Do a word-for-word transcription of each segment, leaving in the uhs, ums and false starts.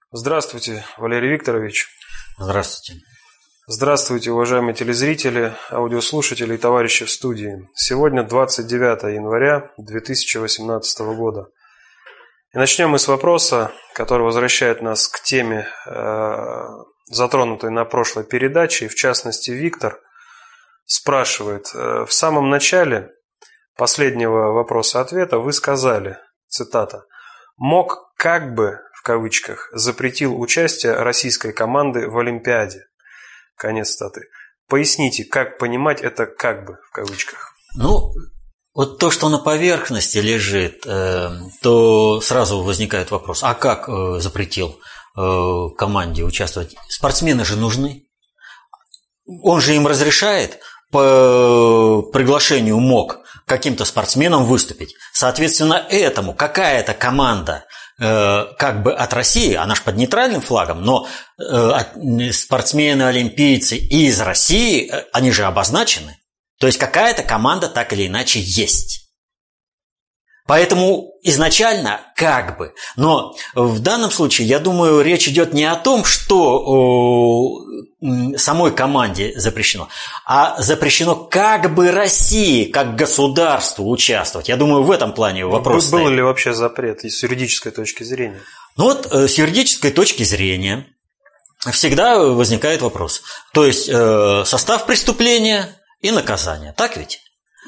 Здравствуйте, Валерий Викторович. Здравствуйте. Здравствуйте, уважаемые телезрители, аудиослушатели и товарищи в студии. Сегодня двадцать девятое января две тысячи восемнадцатого года. И начнем мы с вопроса, который возвращает нас к теме, затронутой на прошлой передаче. И в частности, Виктор спрашивает: в самом начале последнего вопроса-ответа вы сказали, цитата, «МОК как бы, в кавычках, запретил участие российской команды в Олимпиаде». Конец цитаты. Поясните, как понимать это «как бы», в кавычках? Ну, вот то, что на поверхности лежит, э, то сразу возникает вопрос, а как э, запретил э, команде участвовать? Спортсмены же нужны. Он же им разрешает по приглашению МОК каким-то спортсменам выступить. Соответственно, этому какая-то команда э, как бы от России, она же под нейтральным флагом, но э, спортсмены, олимпийцы из России, э, они же обозначены. То есть какая-то команда так или иначе есть. Поэтому изначально как бы. Но в данном случае, я думаю, речь идет не о том, что э, самой команде запрещено, а запрещено как бы России, как государству участвовать. Я думаю, в этом плане вопрос Был стоит. ли вообще запрет с юридической точки зрения? Ну вот, э, с юридической точки зрения всегда возникает вопрос. То есть э, состав преступления и наказание. Так ведь?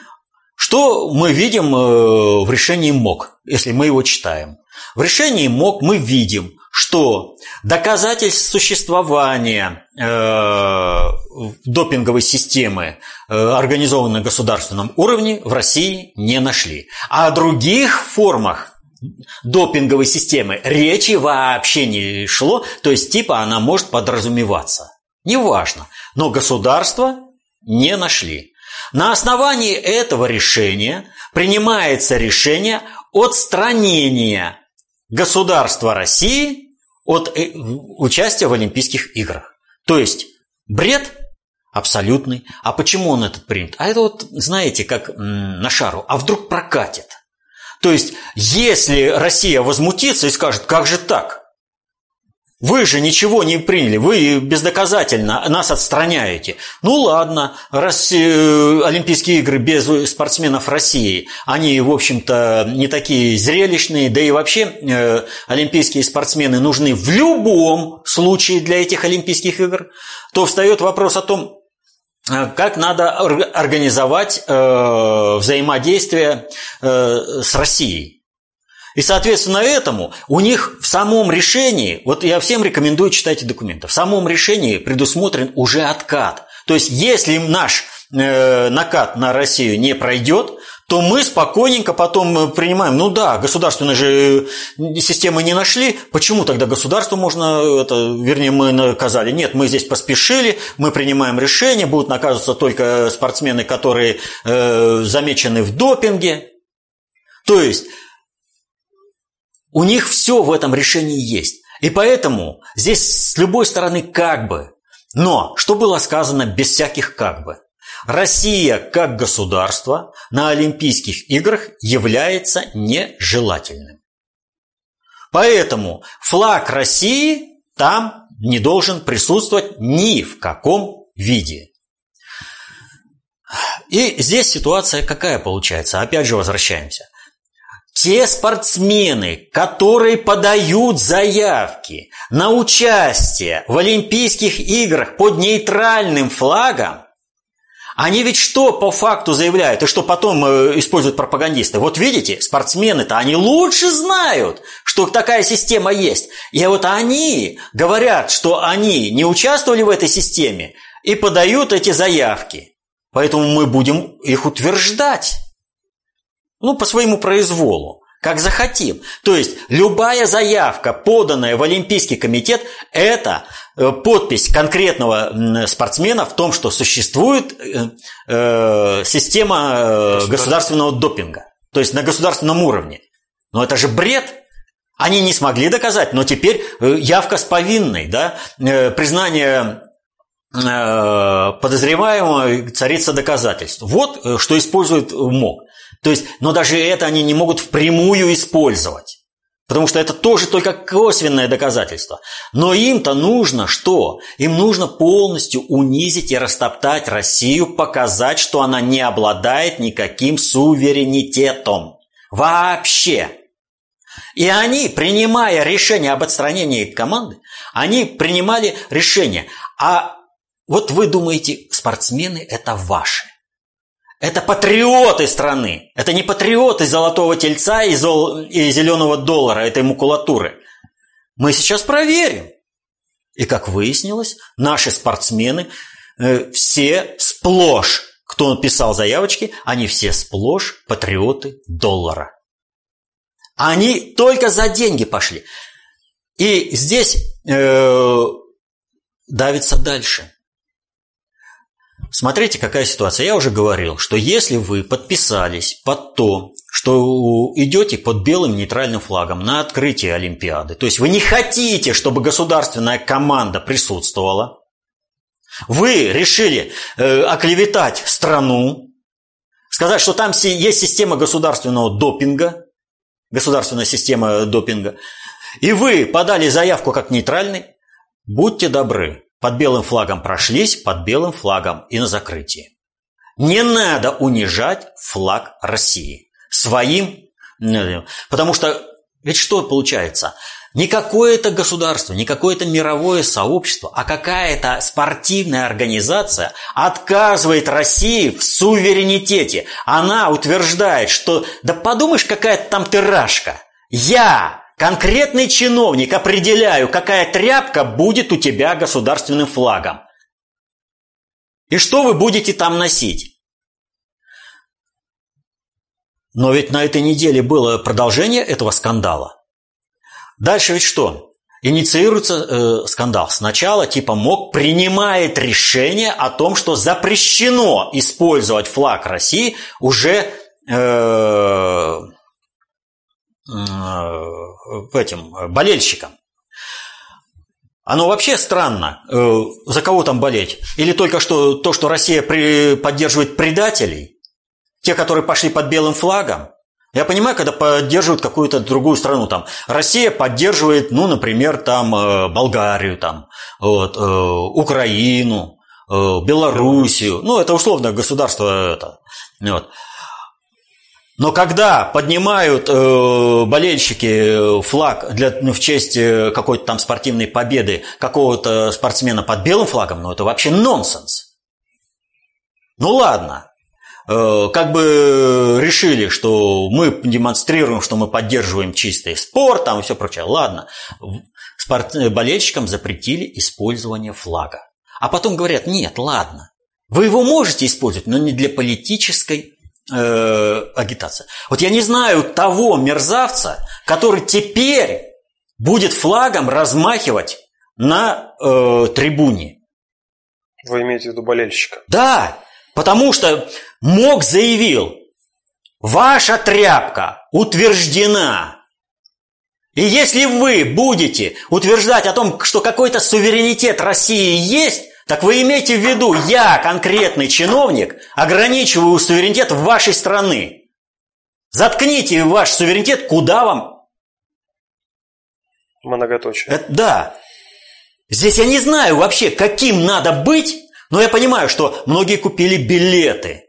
Что мы видим в решении МОК, если мы его читаем? В решении МОК мы видим, что доказательств существования э, допинговой системы, э, организованной на государственном уровне, в России не нашли. А о других формах допинговой системы речи вообще не шло, то есть типа она может подразумеваться. Неважно, но государство не нашли. На основании этого решения принимается решение отстранения государства России от участия в Олимпийских играх. То есть бред абсолютный. А почему он этот принят? А это вот, знаете, как на шару. А вдруг прокатит? То есть, если Россия возмутится и скажет, как же так? Вы же ничего не приняли, вы бездоказательно нас отстраняете. Ну ладно, раз э, Олимпийские игры без спортсменов России, они, в общем-то, не такие зрелищные, да и вообще э, олимпийские спортсмены нужны в любом случае для этих Олимпийских игр, то встает вопрос о том, э, как надо организовать э, взаимодействие э, с Россией. И, соответственно, этому у них в самом решении, вот я всем рекомендую читать документы, в самом решении предусмотрен уже откат. То есть, если наш э, накат на Россию не пройдет, то мы спокойненько потом принимаем, ну да, государственной же системы не нашли, почему тогда государству можно, это, вернее, мы наказали? Нет, мы здесь поспешили, мы принимаем решение, будут наказываться только спортсмены, которые э, замечены в допинге. То есть, у них все в этом решении есть. И поэтому здесь с любой стороны как бы. Но что было сказано без всяких как бы? Россия как государство на Олимпийских играх является нежелательным. Поэтому флаг России там не должен присутствовать ни в каком виде. И здесь ситуация какая получается? Опять же возвращаемся. Те спортсмены, которые подают заявки на участие в Олимпийских играх под нейтральным флагом, они ведь что по факту заявляют, и что потом используют пропагандисты? Вот видите, спортсмены-то, они лучше знают, что такая система есть. И вот они говорят, что они не участвовали в этой системе и подают эти заявки. Поэтому мы будем их утверждать. Ну, по своему произволу, как захотим. То есть, любая заявка, поданная в Олимпийский комитет, это подпись конкретного спортсмена в том, что существует система государственного допинга. То есть, на государственном уровне. Но это же бред. Они не смогли доказать, но теперь явка с повинной, да, признание подозреваемого, царица доказательств. Вот что использует МОК. То есть, но даже это они не могут впрямую использовать. Потому что это тоже только косвенное доказательство. Но им-то нужно что? Им нужно полностью унизить и растоптать Россию, показать, что она не обладает никаким суверенитетом. Вообще. И они, принимая решение об отстранении команды, они принимали решение. А вот вы думаете, спортсмены – это ваши. Это патриоты страны. Это не патриоты золотого тельца и, зол... и зеленого доллара, этой макулатуры. Мы сейчас проверим. И как выяснилось, наши спортсмены э, все сплошь, кто писал заявочки, они все сплошь патриоты доллара. Они только за деньги пошли. И здесь э, давится дальше. Смотрите, какая ситуация. Я уже говорил, что если вы подписались под то, что идете под белым нейтральным флагом на открытие Олимпиады, то есть вы не хотите, чтобы государственная команда присутствовала, вы решили э, оклеветать страну, сказать, что там есть система государственного допинга, государственная система допинга, и вы подали заявку как нейтральный, будьте добры. Под белым флагом прошлись, под белым флагом и на закрытии. Не надо унижать флаг России своим, потому что ведь что получается? Не какое-то государство, не какое-то мировое сообщество, а какая-то спортивная организация отказывает России в суверенитете. Она утверждает, что да подумаешь, какая-то там тырашка. Я... Конкретный чиновник определяю, какая тряпка будет у тебя государственным флагом. И что вы будете там носить? Но ведь на этой неделе было продолжение этого скандала. Дальше ведь что? Инициируется э, скандал. Сначала типа МОК принимает решение о том, что запрещено использовать флаг России уже... Э, этим болельщикам. Оно вообще странно, за кого там болеть. Или только что то, что Россия при, поддерживает предателей, те, которые пошли под белым флагом. Я понимаю, когда поддерживают какую-то другую страну, там Россия поддерживает, ну, например, там Болгарию, там, вот, Украину, Белоруссию. Ну, это условно государство это. Вот. Но когда поднимают э, болельщики флаг для, ну, в честь какой-то там спортивной победы какого-то спортсмена под белым флагом, ну это вообще нонсенс. Ну ладно, э, как бы решили, что мы демонстрируем, что мы поддерживаем чистый спорт, там и все прочее. Ладно, спорт, болельщикам запретили использование флага. А потом говорят, нет, ладно, вы его можете использовать, но не для политической агитация. Вот я не знаю того мерзавца, который теперь будет флагом размахивать на э, трибуне. Вы имеете в виду болельщика? Да, потому что МОК заявил, ваша тряпка утверждена. И если вы будете утверждать о том, что какой-то суверенитет России есть, так вы имейте в виду, я, конкретный чиновник, ограничиваю суверенитет вашей страны. Заткните ваш суверенитет, куда вам? Многоточие. Это, да. Здесь я не знаю вообще, каким надо быть, но я понимаю, что многие купили билеты.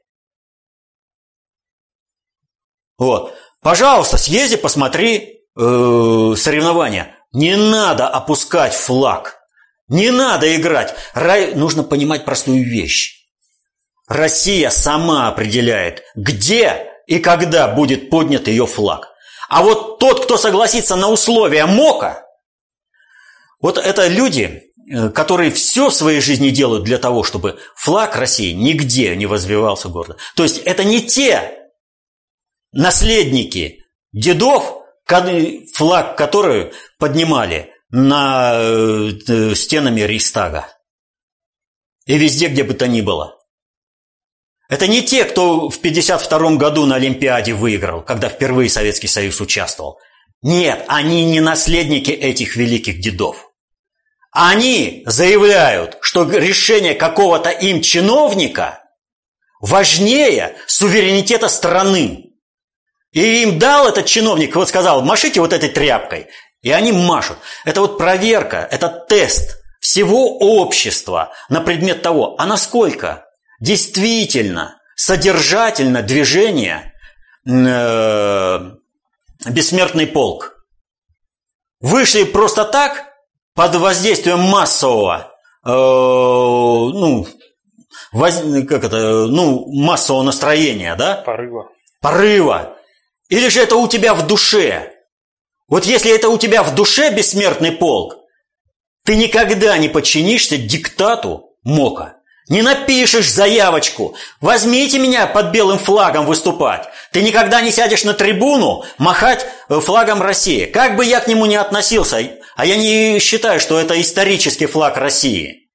Вот. Пожалуйста, съезди, посмотри э, соревнования. Не надо опускать флаг. Не надо играть. Нужно понимать простую вещь. Россия сама определяет, где и когда будет поднят ее флаг. А вот тот, кто согласится на условия МОКа, вот это люди, которые все в своей жизни делают для того, чтобы флаг России нигде не возвивался гордо. То есть это не те наследники дедов, флаг которые поднимали на э, стенами Рейхстага и везде, где бы то ни было. Это не те, кто в пятьдесят втором году на Олимпиаде выиграл, когда впервые Советский Союз участвовал. Нет, они не наследники этих великих дедов. Они заявляют, что решение какого-то им чиновника важнее суверенитета страны. И им дал этот чиновник, вот сказал, машите вот этой тряпкой. И они машут. Это вот проверка, это тест всего общества на предмет того, а насколько действительно содержательно движение э, «Бессмертный полк». Вышли просто так, под воздействием массового, э, ну, воз, как это, ну, массового настроения, да? Порыва. Порыва. Или же это у тебя в душе? Вот если это у тебя в душе бессмертный полк, ты никогда не подчинишься диктату МОКа. Не напишешь заявочку, возьмите меня под белым флагом выступать. Ты никогда не сядешь на трибуну махать флагом России. Как бы я к нему ни относился, а я не считаю, что это исторический флаг России.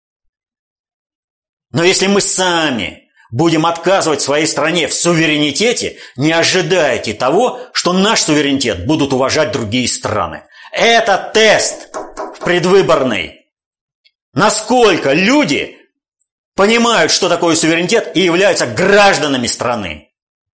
Но если мы сами будем отказывать своей стране в суверенитете, не ожидайте того, что наш суверенитет будут уважать другие страны. Это тест предвыборный. Насколько люди понимают, что такое суверенитет, и являются гражданами страны.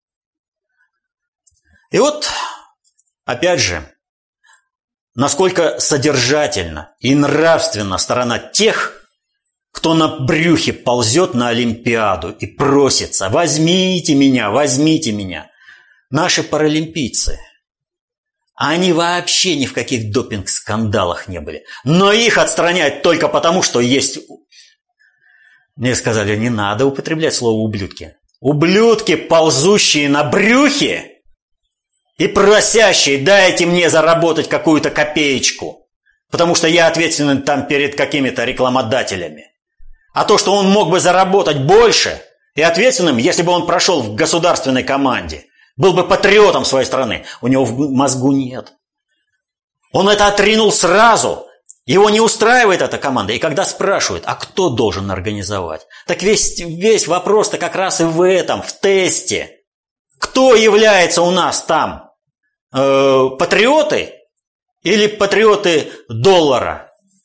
И вот, опять же, насколько содержательна и нравственна сторона тех, кто на брюхе ползет на Олимпиаду и просится: возьмите меня, возьмите меня. Наши паралимпийцы, они вообще ни в каких допинг-скандалах не были. Но их отстраняют только потому, что есть... Мне сказали, не надо употреблять слово «ублюдки». Ублюдки, ползущие на брюхе и просящие: дайте мне заработать какую-то копеечку, потому что я ответственен там перед какими-то рекламодателями. А то, что он мог бы заработать больше и ответственным, если бы он прошел в государственной команде, был бы патриотом своей страны, у него в мозгу нет. Он это отринул сразу. Его не устраивает эта команда. И когда спрашивают, а кто должен организовать, так весь, весь вопрос-то как раз и в этом, в тесте. Кто является у нас там? Э, патриоты или патриоты доллара?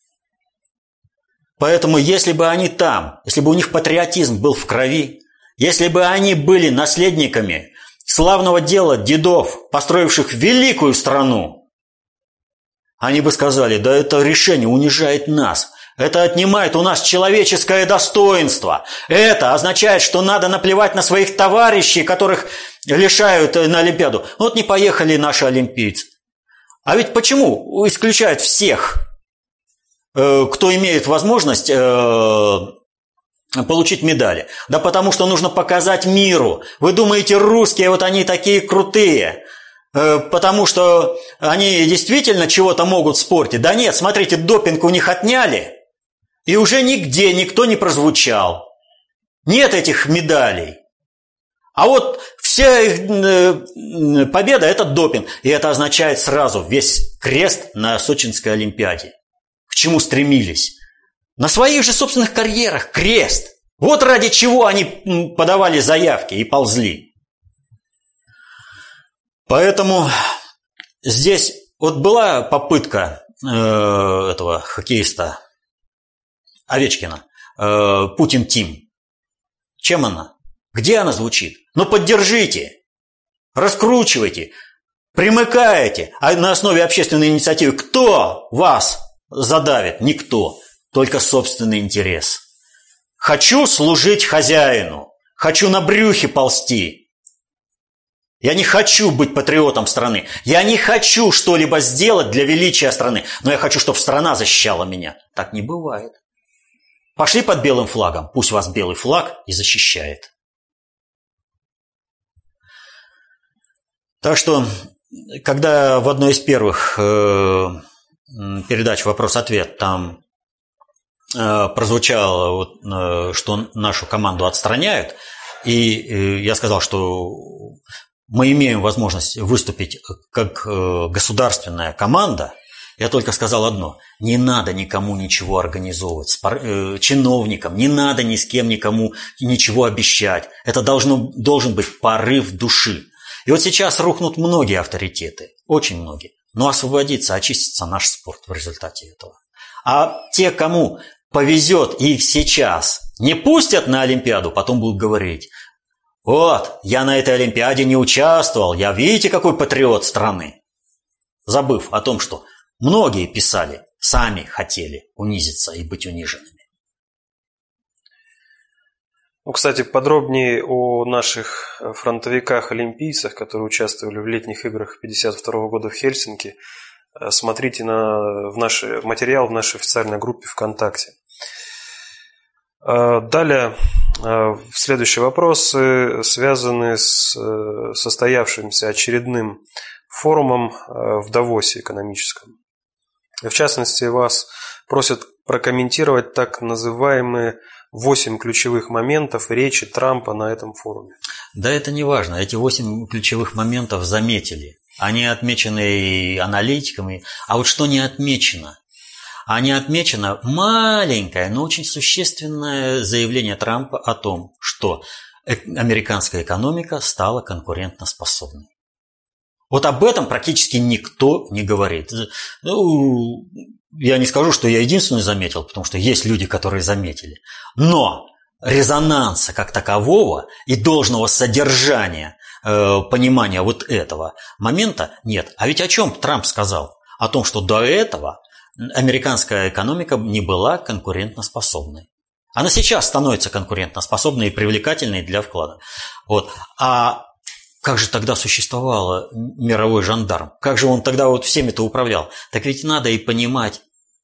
Поэтому если бы они там, если бы у них патриотизм был в крови, если бы они были наследниками славного дела дедов, построивших великую страну, они бы сказали: да это решение унижает нас, это отнимает у нас человеческое достоинство, это означает, что надо наплевать на своих товарищей, которых лишают на Олимпиаду. Вот не поехали наши олимпийцы. А ведь почему исключают всех, кто имеет возможность получить медали? Да потому что нужно показать миру. Вы думаете, русские вот они такие крутые, потому что они действительно чего-то могут в спорте? Да нет, смотрите, допинг у них отняли, и уже нигде никто не прозвучал. Нет этих медалей. А вот вся их победа – это допинг. И это означает сразу весь крест на Сочинской Олимпиаде. К чему стремились? На своих же собственных карьерах крест. Вот ради чего они подавали заявки и ползли. Поэтому здесь вот была попытка э, этого хоккеиста Овечкина, э, Путин Тим. Чем она? Где она звучит? Ну поддержите, раскручивайте, примыкаете. А на основе общественной инициативы кто вас задавит? Никто, только собственный интерес. Хочу служить хозяину, хочу на брюхе ползти. Я не хочу быть патриотом страны. Я не хочу что-либо сделать для величия страны. Но я хочу, чтобы страна защищала меня. Так не бывает. Пошли под белым флагом. Пусть вас белый флаг и защищает. Так что, когда в одной из первых э, передач «Вопрос-ответ» там э, прозвучало, вот, э, что нашу команду отстраняют, и э, я сказал, что мы имеем возможность выступить как э, государственная команда, я только сказал одно: не надо никому ничего организовывать, спор, э, чиновникам, не надо ни с кем никому ничего обещать. Это должно, должен быть порыв души. И вот сейчас рухнут многие авторитеты, очень многие, но освободится, очистится наш спорт в результате этого. А те, кому повезет и их сейчас не пустят на Олимпиаду, потом будут говорить: Вот, я на этой Олимпиаде не участвовал, я видите, какой патриот страны. Забыв о том, что многие писали, сами хотели унизиться и быть униженными. Ну, кстати, подробнее о наших фронтовиках-олимпийцах, которые участвовали в летних играх пятьдесят второго года в Хельсинки, смотрите на, в наши, материал в нашей официальной группе ВКонтакте. Далее, следующие вопросы связаны с состоявшимся очередным форумом в Давосе экономическом. В частности, вас просят прокомментировать так называемые восемь ключевых моментов речи Трампа на этом форуме. Да это не важно. Эти восемь ключевых моментов заметили. Они отмечены аналитиками. А вот что не отмечено? А не отмечено маленькое, но очень существенное заявление Трампа о том, что американская экономика стала конкурентоспособной. Вот об этом практически никто не говорит. Ну, я не скажу, что я единственный заметил, потому что есть люди, которые заметили. Но резонанса как такового и должного содержания, э, понимания вот этого момента нет. А ведь о чем Трамп сказал? О том, что до этого американская экономика не была конкурентоспособной. Она сейчас становится конкурентоспособной и привлекательной для вклада. Вот. А как же тогда существовал мировой жандарм? Как же он тогда вот всеми-то управлял? Так ведь надо и понимать,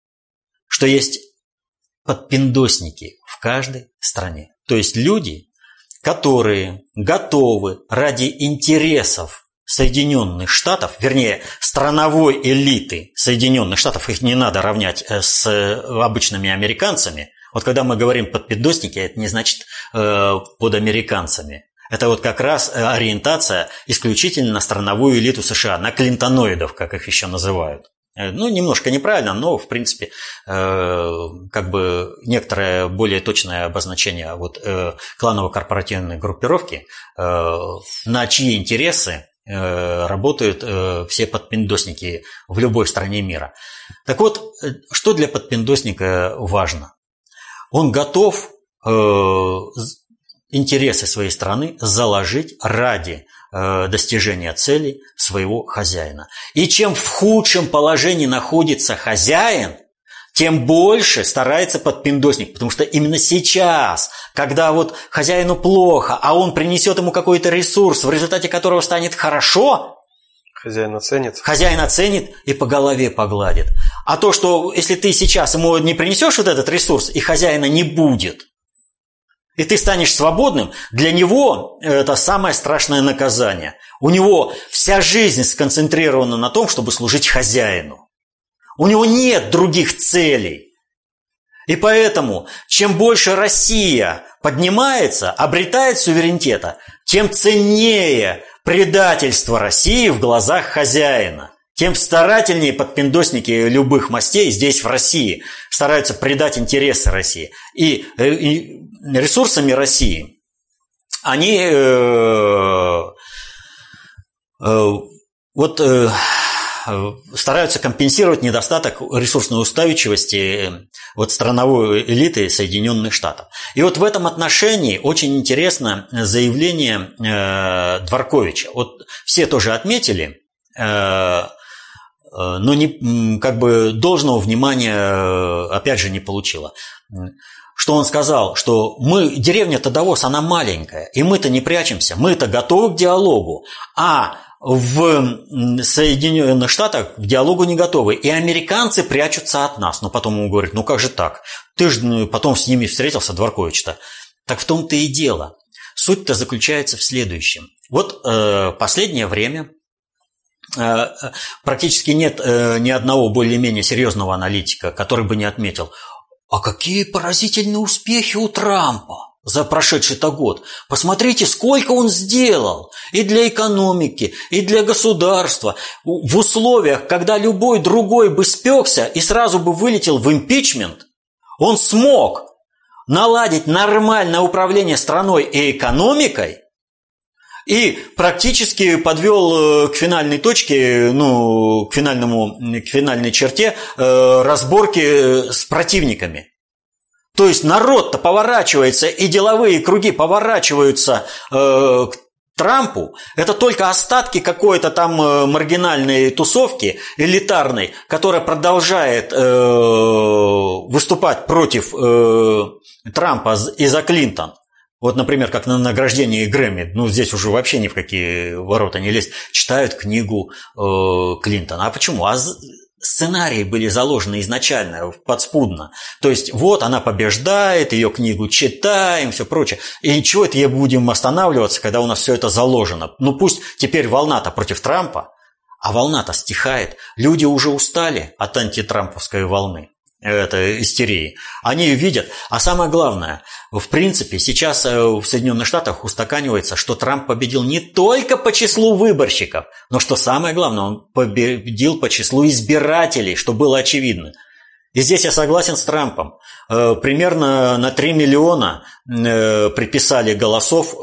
что есть подпиндосники в каждой стране. То есть люди, которые готовы ради интересов Соединенных Штатов, вернее, страновой элиты Соединенных Штатов, их не надо равнять с обычными американцами. Вот когда мы говорим подпиндосники, это не значит э, под американцами. Это вот как раз ориентация исключительно на страновую элиту США, на клинтоноидов, как их еще называют. Ну, немножко неправильно, но, в принципе, э, как бы некоторое более точное обозначение вот, э, кланово-корпоративной группировки, э, на чьи интересы э, работают э, все подпиндосники в любой стране мира. Так вот, что для подпиндосника важно? Он готов э, интересы своей страны заложить ради э, достижения целей своего хозяина. И чем в худшем положении находится хозяин, тем больше старается подпиндосник. Потому что именно сейчас, когда вот хозяину плохо, а он принесет ему какой-то ресурс, в результате которого станет хорошо, хозяин оценит. Хозяин оценит и по голове погладит. А то, что если ты сейчас ему не принесешь вот этот ресурс, и хозяина не будет, и ты станешь свободным, для него это самое страшное наказание. У него вся жизнь сконцентрирована на том, чтобы служить хозяину. У него нет других целей. И поэтому, чем больше Россия поднимается, обретает суверенитета, тем ценнее предательство России в глазах хозяина. Тем старательнее подпиндосники любых мастей здесь, в России, стараются предать интересы России. И, и ресурсами России они э, э, вот, э, стараются компенсировать недостаток ресурсной устойчивости вот, страновой элиты Соединенных Штатов. И вот в этом отношении очень интересно заявление э, Дворковича. Вот все тоже отметили, э, но не, как бы должного внимания, опять же, не получила. Что он сказал, что мы, деревня-то Давос, она маленькая, и мы-то не прячемся, мы-то готовы к диалогу, а в Соединенных Штатах к диалогу не готовы, и американцы прячутся от нас. Но потом ему говорят, ну как же так, ты же потом с ними встретился, Дворкович-то. Так в том-то и дело. Суть-то заключается в следующем. Вот э, последнее время практически нет ни одного более-менее серьезного аналитика, который бы не отметил, а какие поразительные успехи у Трампа за прошедший-то год. Посмотрите, сколько он сделал и для экономики, и для государства. В условиях, когда любой другой бы спекся и сразу бы вылетел в импичмент, он смог наладить нормальное управление страной и экономикой, и практически подвел к финальной точке, ну, к финальному, к финальной черте э, разборки с противниками. То есть народ-то поворачивается, и деловые круги поворачиваются э, к Трампу. Это только остатки какой-то там э, маргинальной тусовки, элитарной, которая продолжает э, выступать против э, Трампа и за Клинтон. Вот, например, как на награждении Грэмми, ну, здесь уже вообще ни в какие ворота не лезть, читают книгу э, Клинтона. А почему? А сценарии были заложены изначально, подспудно. То есть, вот она побеждает, ее книгу читаем, все прочее. И чего это будем останавливаться, когда у нас все это заложено? Ну, пусть теперь волна-то против Трампа, а волна-то стихает. Люди уже устали от антитрамповской волны. Это истерии. Они ее видят. А самое главное, в принципе, сейчас в Соединенных Штатах устаканивается, что Трамп победил не только по числу выборщиков, но что самое главное, он победил по числу избирателей, что было очевидно. И здесь я согласен с Трампом. Примерно на три миллиона приписали голосов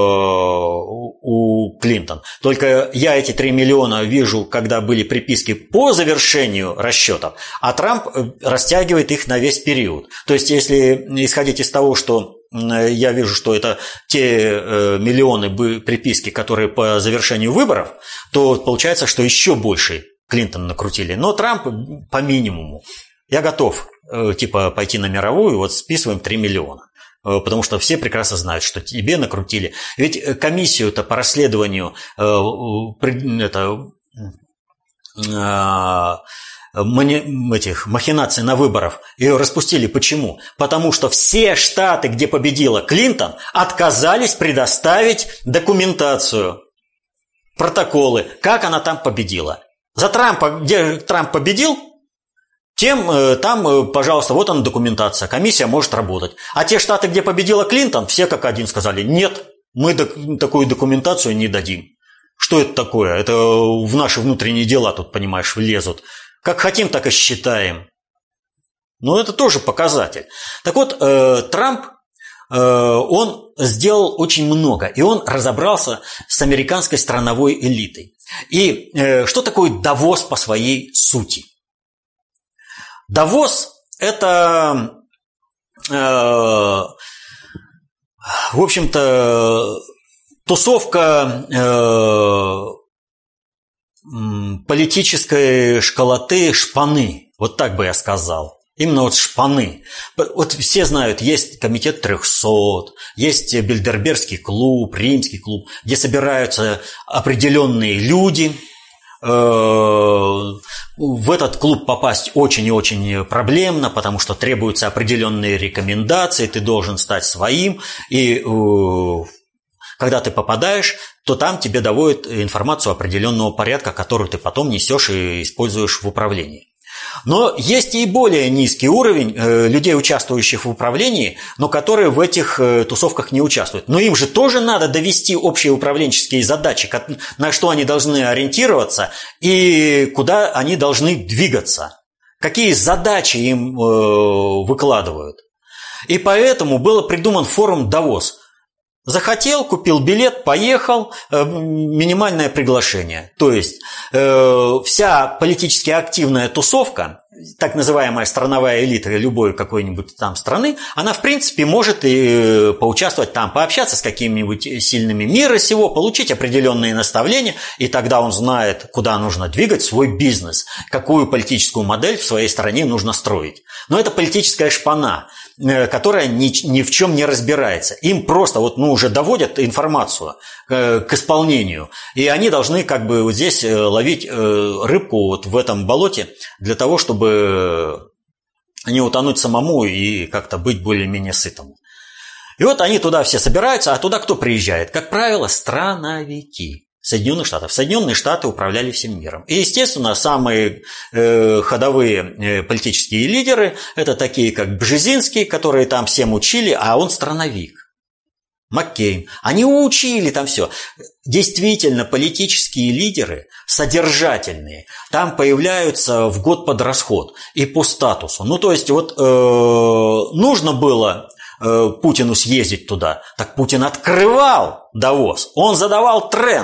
у Клинтон. Только я эти три миллиона вижу, когда были приписки по завершению расчетов, а Трамп растягивает их на весь период. То есть, если исходить из того, что я вижу, что это те миллионы приписки, которые по завершению выборов, то получается, что еще больше Клинтон накрутили. Но Трамп по минимуму. Я готов, типа, пойти на мировую, вот списываем три миллиона. Потому что все прекрасно знают, что тебе накрутили. Ведь комиссию-то по расследованию это, этих махинаций на выборах ее распустили. Почему? Потому что все штаты, где победила Клинтон, отказались предоставить документацию, протоколы, как она там победила. За Трампа, где Трамп победил, тем там, пожалуйста, вот она документация, комиссия может работать. А те штаты, где победила Клинтон, все как один сказали: нет, мы такую документацию не дадим. Что это такое? Это в наши внутренние дела тут, понимаешь, влезут. Как хотим, так и считаем. Но это тоже показатель. Так вот, Трамп, он сделал очень много, и он разобрался с американской страновой элитой. И что такое Давос по своей сути? Давос – это, э, в общем-то, тусовка э, политической школоты шпаны, вот так бы я сказал. Именно вот шпаны. Вот все знают, есть комитет трехсот, есть Бильдербергский клуб, Римский клуб, где собираются определенные люди. В этот клуб попасть очень и очень проблемно, потому что требуются определенные рекомендации, ты должен стать своим, и когда ты попадаешь, то там тебе доводят информацию определенного порядка, которую ты потом несешь и используешь в управлении. Но есть и более низкий уровень людей, участвующих в управлении, но которые в этих тусовках не участвуют. Но им же тоже надо довести общие управленческие задачи, на что они должны ориентироваться и куда они должны двигаться, какие задачи им выкладывают. И поэтому был придуман форум Давос. Захотел, купил билет, поехал, минимальное приглашение. То есть э, вся политически активная тусовка, так называемая страновая элита любой какой-нибудь там страны, она в принципе может и поучаствовать там, пообщаться с какими-нибудь сильными мира сего, получить определенные наставления, и тогда он знает, куда нужно двигать свой бизнес, какую политическую модель в своей стране нужно строить. Но это политическая шпана, которая ни, ни в чем не разбирается. Им просто вот, ну, уже доводят информацию к, к исполнению. И они должны как бы вот здесь ловить рыбку вот в этом болоте для того, чтобы не утонуть самому и как-то быть более-менее сытым. И вот они туда все собираются, а туда кто приезжает? Как правило, страновики Соединенных Штатов. Соединенные Штаты управляли всем миром. И, естественно, самые э, ходовые э, политические лидеры – это такие, как Бжезинский, которые там всем учили, а он страновик. Маккейн. Они учили там все. Действительно, политические лидеры содержательные. Там появляются в год под расход и по статусу. Ну, то есть, вот э, нужно было э, Путину съездить туда. Так Путин открывал Давос. Он задавал тренд.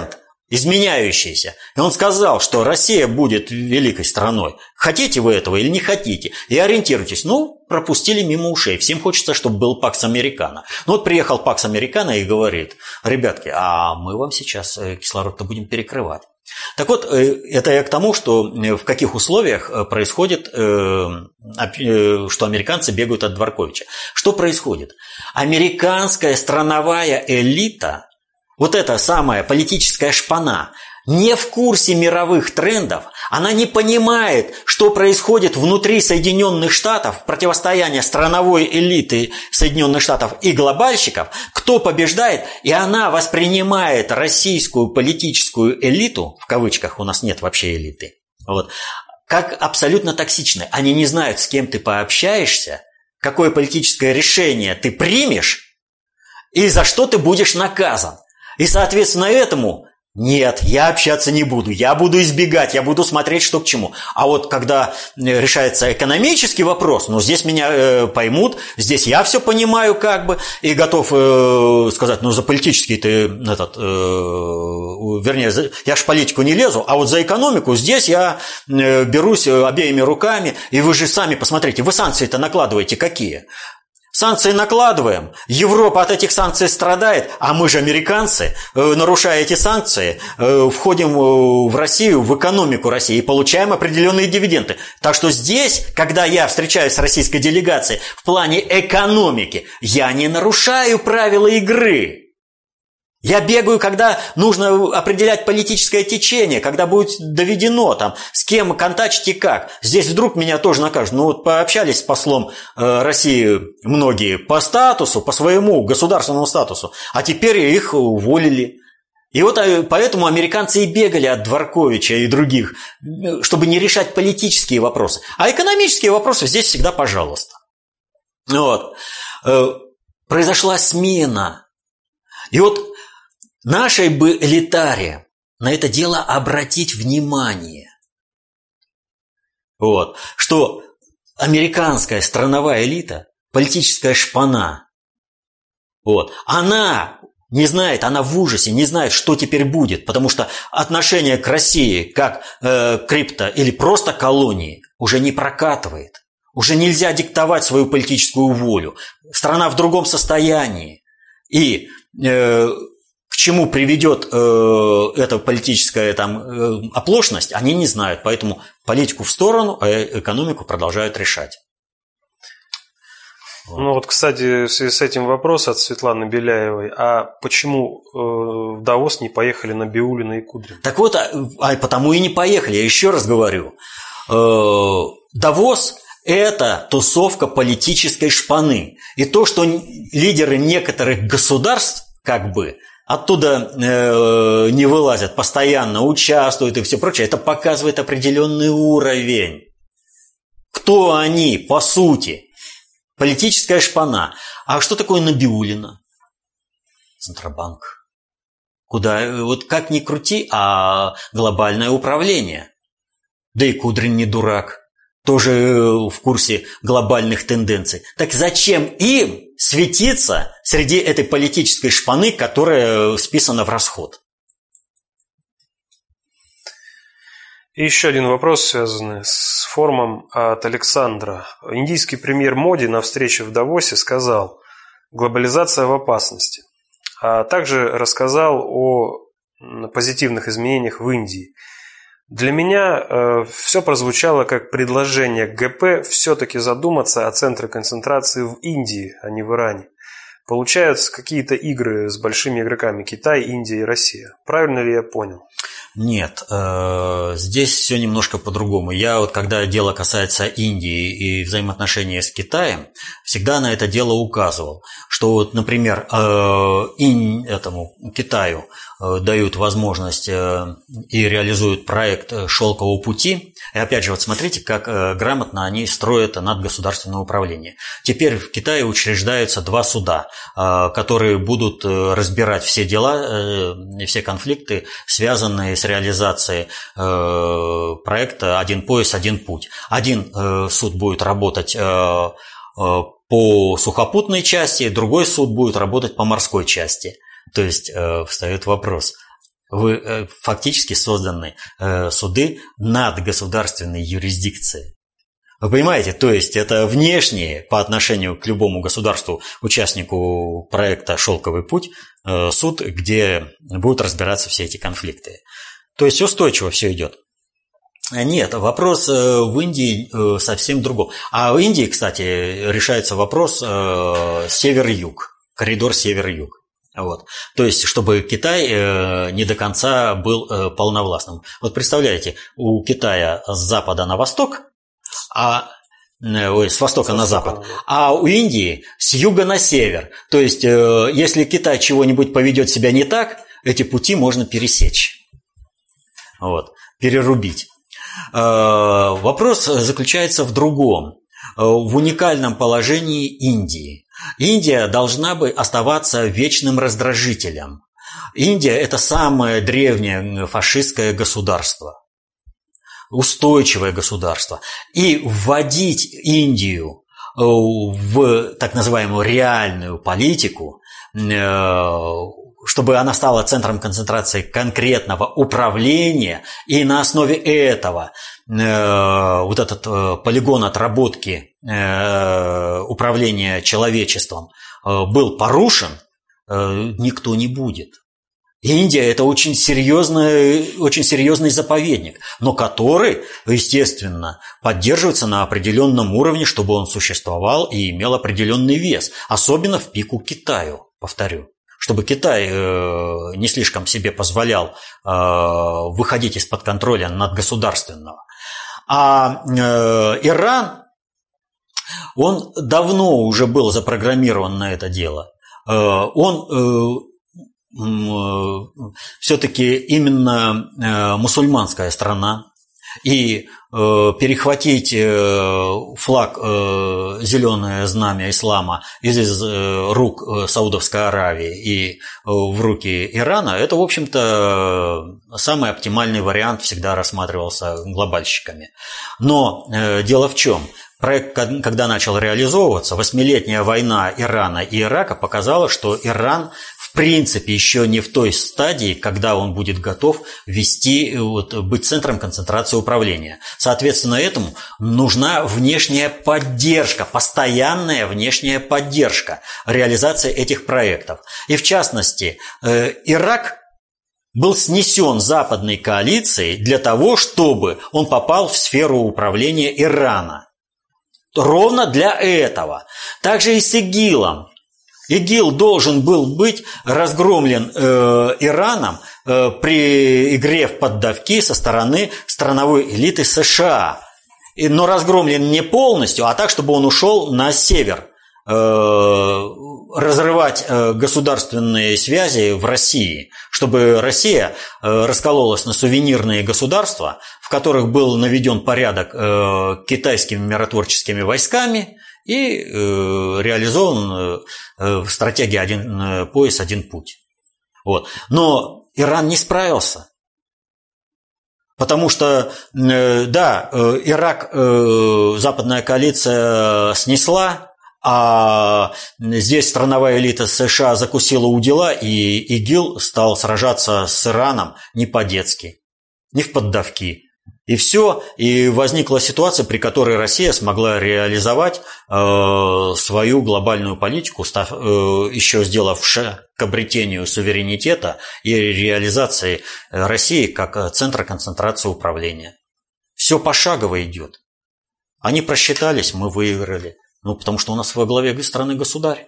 изменяющиеся. И он сказал, что Россия будет великой страной. Хотите вы этого или не хотите? И ориентируйтесь. Ну, пропустили мимо ушей. Всем хочется, чтобы был Пакс Американо. Ну вот приехал Пакс Американо и говорит: ребятки, а мы вам сейчас кислород-то будем перекрывать. Так вот, это я к тому, что в каких условиях происходит, что американцы бегают от Дворковича. Что происходит? Американская страновая элита, вот эта самая политическая шпана, не в курсе мировых трендов, она не понимает, что происходит внутри Соединенных Штатов, противостояние страновой элиты Соединенных Штатов и глобальщиков, кто побеждает, и она воспринимает российскую политическую элиту, в кавычках, у нас нет вообще элиты, вот, как абсолютно токсичной. Они не знают, с кем ты пообщаешься, какое политическое решение ты примешь и за что ты будешь наказан. И, соответственно, этому нет, я общаться не буду, я буду избегать, я буду смотреть, что к чему. А вот когда решается экономический вопрос, ну, здесь меня э, поймут, здесь я все понимаю как бы и готов э, сказать, ну, за политический ты, этот, э, вернее, за, я ж в политику не лезу, а вот за экономику здесь я э, берусь обеими руками, и вы же сами посмотрите, вы санкции-то накладываете какие? Санкции накладываем, Европа от этих санкций страдает, а мы же, американцы, нарушая эти санкции, входим в Россию, в экономику России и получаем определенные дивиденды. Так что здесь, когда я встречаюсь с российской делегацией в плане экономики, я не нарушаю правила игры. Я бегаю, когда нужно определять политическое течение, когда будет доведено, там, с кем контачить и как. Здесь вдруг меня тоже накажут. Ну вот пообщались с послом э, России многие по статусу, по своему государственному статусу, а теперь их уволили. И вот поэтому американцы и бегали от Дворковича и других, чтобы не решать политические вопросы. А экономические вопросы здесь всегда пожалуйста. Вот. Э, произошла смена. И вот нашей бы элитаре на это дело обратить внимание. Вот. Что американская страновая элита, политическая шпана, вот, она не знает, она в ужасе, не знает, что теперь будет, потому что отношение к России как э, крипто или просто колонии уже не прокатывает. Уже нельзя диктовать свою политическую волю. Страна в другом состоянии. И э, к чему приведет э, эта политическая там, э, оплошность, они не знают. Поэтому политику в сторону, а экономику продолжают решать. Вот. Ну вот, кстати, в связи с этим вопрос от Светланы Беляевой. А почему э, в Давос не поехали Набиуллина и Кудрин? Так вот, а, а потому и не поехали. Я еще раз говорю. Э, Давос – это тусовка политической шпаны. И то, что лидеры некоторых государств, как бы, оттуда э, не вылазят, постоянно участвуют и все прочее, это показывает определенный уровень. Кто они, по сути? Политическая шпана. А что такое Набиуллина? Центробанк. Куда, вот как ни крути, а глобальное управление. Да и Кудрин не дурак. Тоже в курсе глобальных тенденций. Так зачем им светиться среди этой политической шпаны, которая списана в расход? И еще один вопрос, связанный с форумом от Александра. Индийский премьер Моди на встрече в Давосе сказал: глобализация в опасности. А также рассказал о позитивных изменениях в Индии. Для меня э, все прозвучало как предложение ГП все-таки задуматься о центре концентрации в Индии, а не в Иране. Получаются какие-то игры с большими игроками: Китай, Индия и Россия. Правильно ли я понял? Нет, э, здесь все немножко по-другому. Я вот, когда дело касается Индии и взаимоотношений с Китаем, всегда на это дело указывал, что вот, например, э, инь, этому Китаю э, дают возможность э, и реализуют проект «Шелкового пути». И опять же, вот смотрите, как э, грамотно они строят надгосударственное управление. Теперь в Китае учреждаются два суда, э, которые будут э, разбирать все дела и э, все конфликты, связанные с реализацией э, проекта «Один пояс, один путь». Один э, суд будет работать э, э, по сухопутной части, другой суд будет работать по морской части. То есть э, встает вопрос, Вы, фактически созданы суды надгосударственной юрисдикции. Вы понимаете, то есть это внешние по отношению к любому государству, участнику проекта «Шелковый путь», суд, где будут разбираться все эти конфликты. То есть устойчиво все идет. Нет, вопрос в Индии совсем другой. А в Индии, кстати, решается вопрос север-юг, коридор север-юг. Вот. То есть, чтобы Китай не до конца был полновластным. Вот представляете, у Китая с запада на восток, а, ой, с востока на запад, а у Индии с юга на север. То есть, если Китай чего-нибудь поведет себя не так, эти пути можно пересечь. Вот, перерубить. Вопрос заключается в другом, в уникальном положении Индии. Индия должна бы оставаться вечным раздражителем. Индия – это самое древнее фашистское государство, устойчивое государство. И вводить Индию в так называемую реальную политику, чтобы она стала центром концентрации конкретного управления, и на основе этого э, вот этот э, полигон отработки э, управления человечеством э, был порушен, э, никто не будет. Индия – это очень серьезный, очень серьезный заповедник, но который, естественно, поддерживается на определенном уровне, чтобы он существовал и имел определенный вес, особенно в пику Китаю, повторю. Чтобы Китай э, не слишком себе позволял э, выходить из-под контроля надгосударственного. А э, Иран, он давно уже был запрограммирован на это дело. Э, он э, э, все-таки именно э, мусульманская страна. И э, перехватить э, флаг э, зеленое знамя ислама из э, рук э, Саудовской Аравии и э, в руки Ирана, это, в общем-то, самый оптимальный вариант всегда рассматривался глобальщиками. Но э, дело в чем? Проект, когда начал реализовываться, восьмилетняя война Ирана и Ирака показала, что Иран в принципе еще не в той стадии, когда он будет готов вести, вот, быть центром концентрации управления. Соответственно, этому нужна внешняя поддержка, постоянная внешняя поддержка реализации этих проектов. И в частности, э, Ирак был снесен западной коалицией для того, чтобы он попал в сферу управления Ирана. Ровно для этого. Также и с ИГИЛом. ИГИЛ должен был быть разгромлен э, Ираном э, при игре в поддавки со стороны страновой элиты США. И, но разгромлен не полностью, а так, чтобы он ушел на север. Э, разрывать э, государственные связи в России, чтобы Россия э, раскололась на сувенирные государства, в которых был наведен порядок э, китайскими миротворческими войсками и э, реализован э, стратегия один э, пояс, один путь. Вот. Но Иран не справился. Потому что, э, да, э, Ирак э, западная коалиция снесла, а здесь страновая элита США закусила у дела, и ИГИЛ стал сражаться с Ираном не по-детски, не в поддавки. И все, и возникла ситуация, при которой Россия смогла реализовать э, свою глобальную политику, став, э, еще сделав шаг к обретению суверенитета и реализации России как центра концентрации управления. Все пошагово идет. Они просчитались, мы выиграли. Ну, потому что у нас во главе страны государь.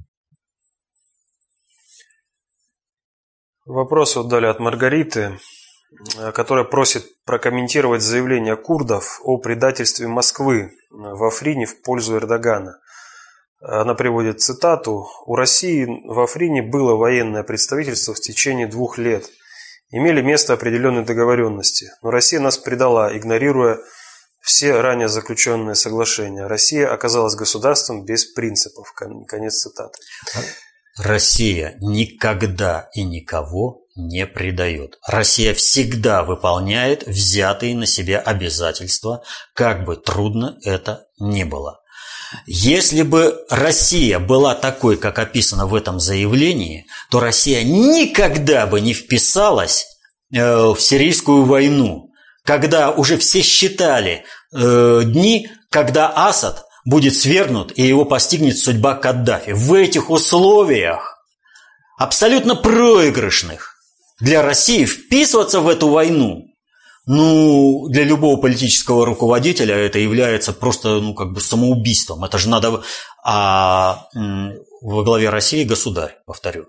Вопрос вот дали от Маргариты, которая просит прокомментировать заявление курдов о предательстве Москвы в Африне в пользу Эрдогана. Она приводит цитату: «У России в Африне было военное представительство в течение двух лет. Имели место определенные договоренности, но Россия нас предала, игнорируя все ранее заключенные соглашения. Россия оказалась государством без принципов». Конец цитаты. Россия никогда и никого не предает. Россия всегда выполняет взятые на себя обязательства, как бы трудно это ни было. Если бы Россия была такой, как описано в этом заявлении, то Россия никогда бы не вписалась в сирийскую войну, когда уже все считали дни, когда Асад будет свергнут и его постигнет судьба Каддафи. В этих условиях, абсолютно проигрышных для России, вписываться в эту войну, ну, для любого политического руководителя это является просто, ну, как бы самоубийством. Это же надо... А во главе России государь, повторю.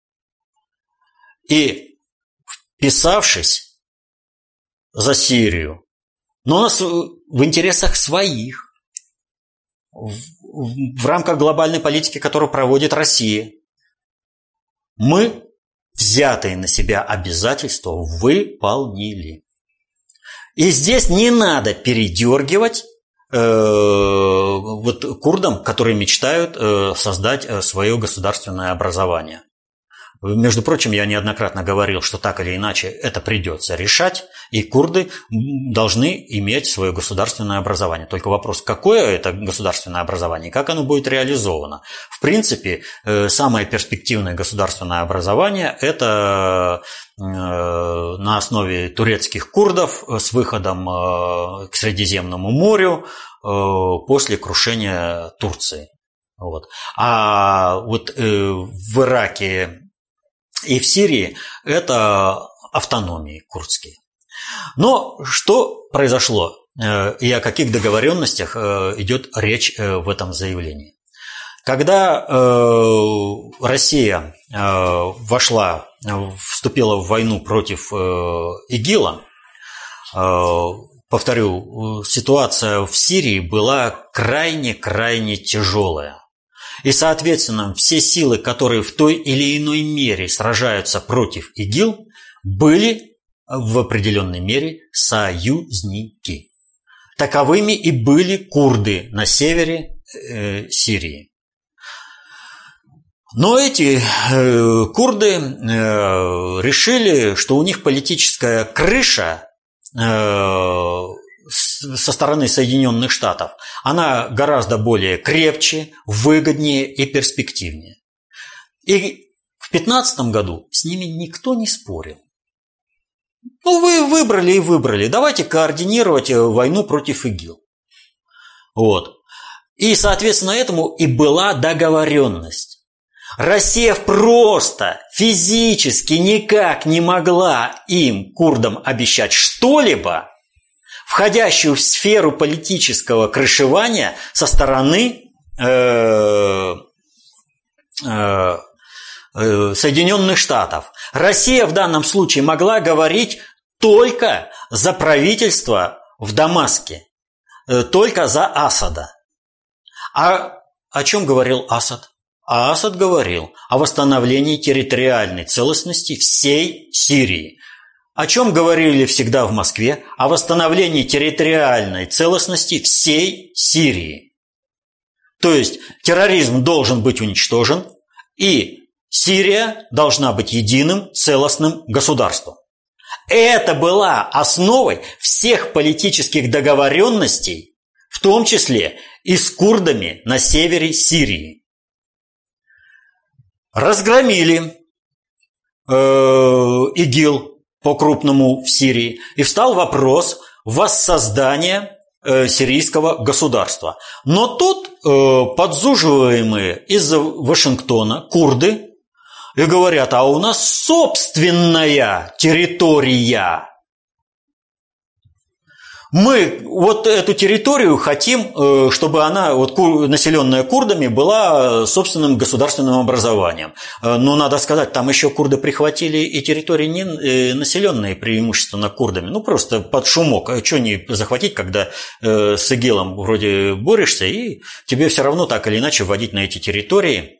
И вписавшись за Сирию, но у нас в интересах своих, в, в рамках глобальной политики, которую проводит Россия, мы взятые на себя обязательства выполнили. И здесь не надо передергивать э, вот курдам, которые мечтают э, создать э, свое государственное образование. Между прочим, я неоднократно говорил, что так или иначе это придется решать, и курды должны иметь свое государственное образование. Только вопрос, какое это государственное образование и как оно будет реализовано. В принципе, самое перспективное государственное образование – это на основе турецких курдов с выходом к Средиземному морю после крушения Турции. Вот. А вот в Ираке и в Сирии это автономии курдские. Но что произошло и о каких договоренностях идет речь в этом заявлении? Когда Россия вошла, вступила в войну против ИГИЛа, повторю, ситуация в Сирии была крайне-крайне тяжелая. И, соответственно, все силы, которые в той или иной мере сражаются против ИГИЛ, были в определенной мере союзники. Таковыми и были курды на севере э, Сирии. Но эти э, курды э, решили, что у них политическая крыша э, со стороны Соединенных Штатов, она гораздо более крепче, выгоднее и перспективнее. И в две тысячи пятнадцатом году с ними никто не спорил. Ну, вы выбрали и выбрали. Давайте координировать войну против ИГИЛ. Вот. И, соответственно, этому и была договоренность. Россия просто физически никак не могла им, курдам, обещать что-либо, входящую в сферу политического крышевания со стороны э, э, э, Соединенных Штатов. Россия в данном случае могла говорить только за правительство в Дамаске, э, только за Асада. А о чем говорил Асад? А Асад говорил о восстановлении территориальной целостности всей Сирии. О чем говорили всегда в Москве? О восстановлении территориальной целостности всей Сирии. То есть терроризм должен быть уничтожен, и Сирия должна быть единым целостным государством. Это была основой всех политических договоренностей, в том числе и с курдами на севере Сирии. Разгромили э, ИГИЛ по-крупному в Сирии, и встал вопрос воссоздания э, сирийского государства. Но тут э, подзуживаемые из Вашингтона курды и говорят, а у нас собственная территория. Мы вот эту территорию хотим, чтобы она, вот, населенная курдами, была собственным государственным образованием. Но надо сказать, там еще курды прихватили и территории не населенные преимущественно курдами. Ну, просто под шумок. А что не захватить, когда с ИГИЛом вроде борешься, и тебе все равно так или иначе вводить на эти территории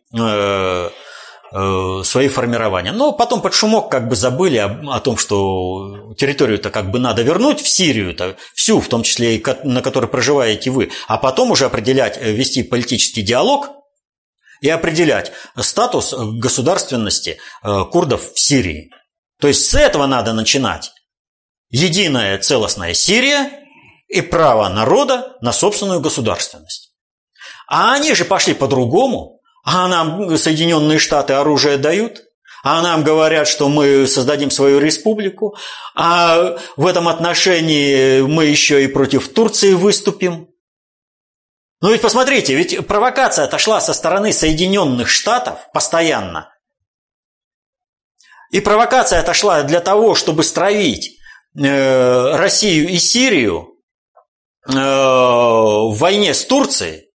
свои формирования. Но потом под шумок как бы забыли о, о том, что территорию-то как бы надо вернуть в Сирию-то, всю, в том числе и на которой проживаете вы, а потом уже определять, вести политический диалог и определять статус государственности курдов в Сирии. То есть с этого надо начинать. Единая целостная Сирия и право народа на собственную государственность. А они же пошли по-другому. А нам Соединенные Штаты оружие дают. А нам говорят, что мы создадим свою республику. А в этом отношении мы еще и против Турции выступим. Ну ведь посмотрите, ведь провокация отошла со стороны Соединенных Штатов постоянно. И провокация отошла для того, чтобы стравить э, Россию и Сирию э, в войне с Турцией.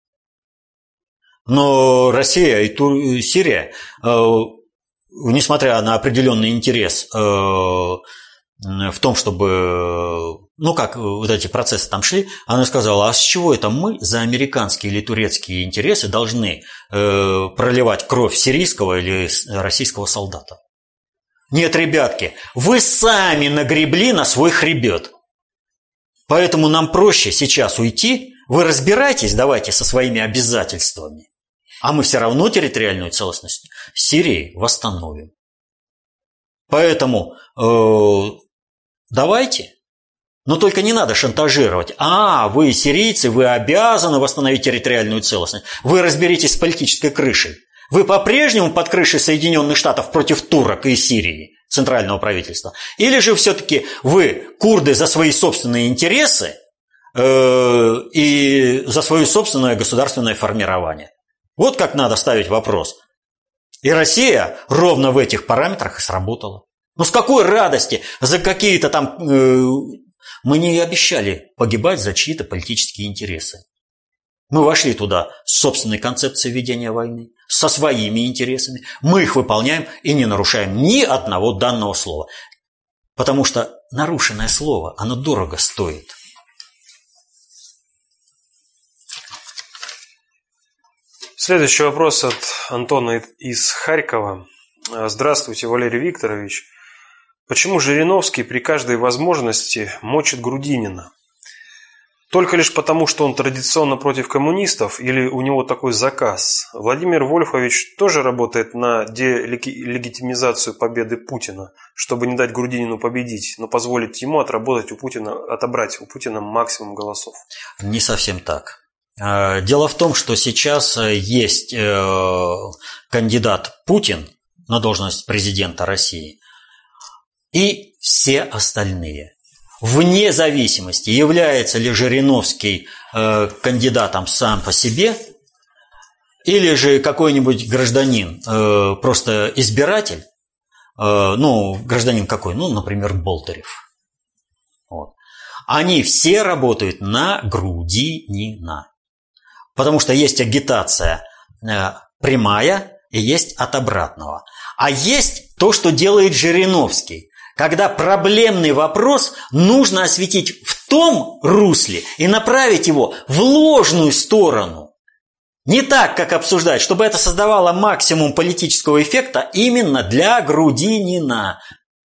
Но Россия и Тур... Сирия, э, несмотря на определенный интерес э, в том, чтобы, ну как вот эти процессы там шли, она сказала, а с чего это мы за американские или турецкие интересы должны э, проливать кровь сирийского или российского солдата? Нет, ребятки, вы сами нагребли на свой хребет. Поэтому нам проще сейчас уйти. Вы разбирайтесь, давайте, со своими обязательствами. А мы все равно территориальную целостность Сирии восстановим. Поэтому э, давайте. Но только не надо шантажировать. А, вы сирийцы, вы обязаны восстановить территориальную целостность. Вы разберитесь с политической крышей. Вы по-прежнему под крышей Соединенных Штатов против турок и Сирии, центрального правительства? Или же все-таки вы, курды, за свои собственные интересы э, и за свое собственное государственное формирование? Вот как надо ставить вопрос. И Россия ровно в этих параметрах и сработала. Ну с какой радости за какие-то там... Э, мы не обещали погибать за чьи-то политические интересы. Мы вошли туда с собственной концепцией ведения войны, со своими интересами. Мы их выполняем и не нарушаем ни одного данного слова. Потому что нарушенное слово, оно дорого стоит. Следующий вопрос от Антона из Харькова. Здравствуйте, Валерий Викторович. Почему Жириновский при каждой возможности мочит Грудинина? Только лишь потому, что он традиционно против коммунистов, или у него такой заказ? Владимир Вольфович тоже работает на делегитимизацию победы Путина, чтобы не дать Грудинину победить, но позволить ему отработать у Путина, отобрать у Путина максимум голосов. Не совсем так. Дело в том, что сейчас есть кандидат Путин на должность президента России и все остальные. Вне зависимости, является ли Жириновский э, кандидатом сам по себе, или же какой-нибудь гражданин, э, просто избиратель, э, ну, гражданин какой, ну, например, Болдырев. Вот. Они все работают на Грудинина. Потому что есть агитация э, прямая и есть от обратного. А есть то, что делает Жириновский. Когда проблемный вопрос нужно осветить в том русле и направить его в ложную сторону. Не так, как обсуждать, чтобы это создавало максимум политического эффекта именно для Грудинина.